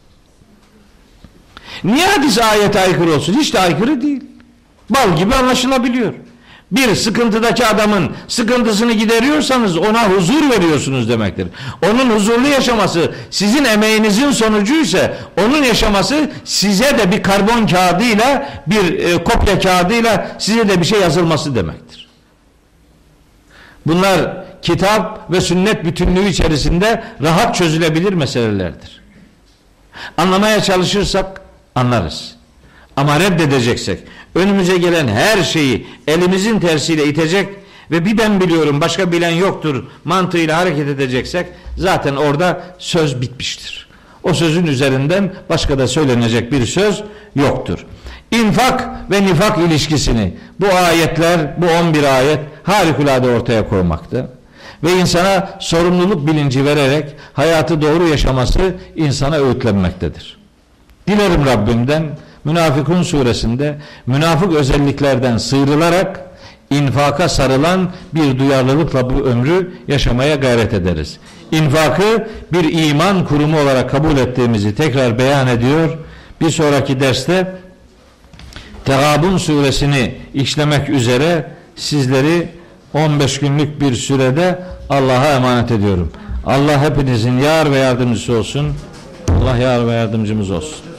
Niye hadis ayete aykırı olsun? Hiç de aykırı değil. Bal gibi anlaşılabiliyor. Bir sıkıntıdaki adamın sıkıntısını gideriyorsanız ona huzur veriyorsunuz demektir. Onun huzurlu yaşaması sizin emeğinizin sonucu ise onun yaşaması size de bir karbon kağıdıyla bir kopya kağıdıyla size de bir şey yazılması demektir. Bunlar kitap ve sünnet bütünlüğü içerisinde rahat çözülebilir meselelerdir. Anlamaya çalışırsak anlarız. Ama reddedeceksek, önümüze gelen her şeyi elimizin tersiyle itecek ve bir ben biliyorum başka bilen yoktur mantığıyla hareket edeceksek zaten orada söz bitmiştir. O sözün üzerinden başka da söylenecek bir söz yoktur. İnfak ve nifak ilişkisini bu ayetler, bu 11 ayet harikulade ortaya koymakta. Ve insana sorumluluk bilinci vererek hayatı doğru yaşaması insana öğütlenmektedir. Dilerim Rabbimden Münafıkun suresinde münafık özelliklerden sıyrılarak infaka sarılan bir duyarlılıkla bu ömrü yaşamaya gayret ederiz. İnfakı bir iman kurumu olarak kabul ettiğimizi tekrar beyan ediyor. Bir sonraki derste Tegabun suresini işlemek üzere sizleri 15 günlük bir sürede Allah'a emanet ediyorum. Allah hepinizin yar ve yardımcısı olsun. Allah yar ve yardımcımız olsun.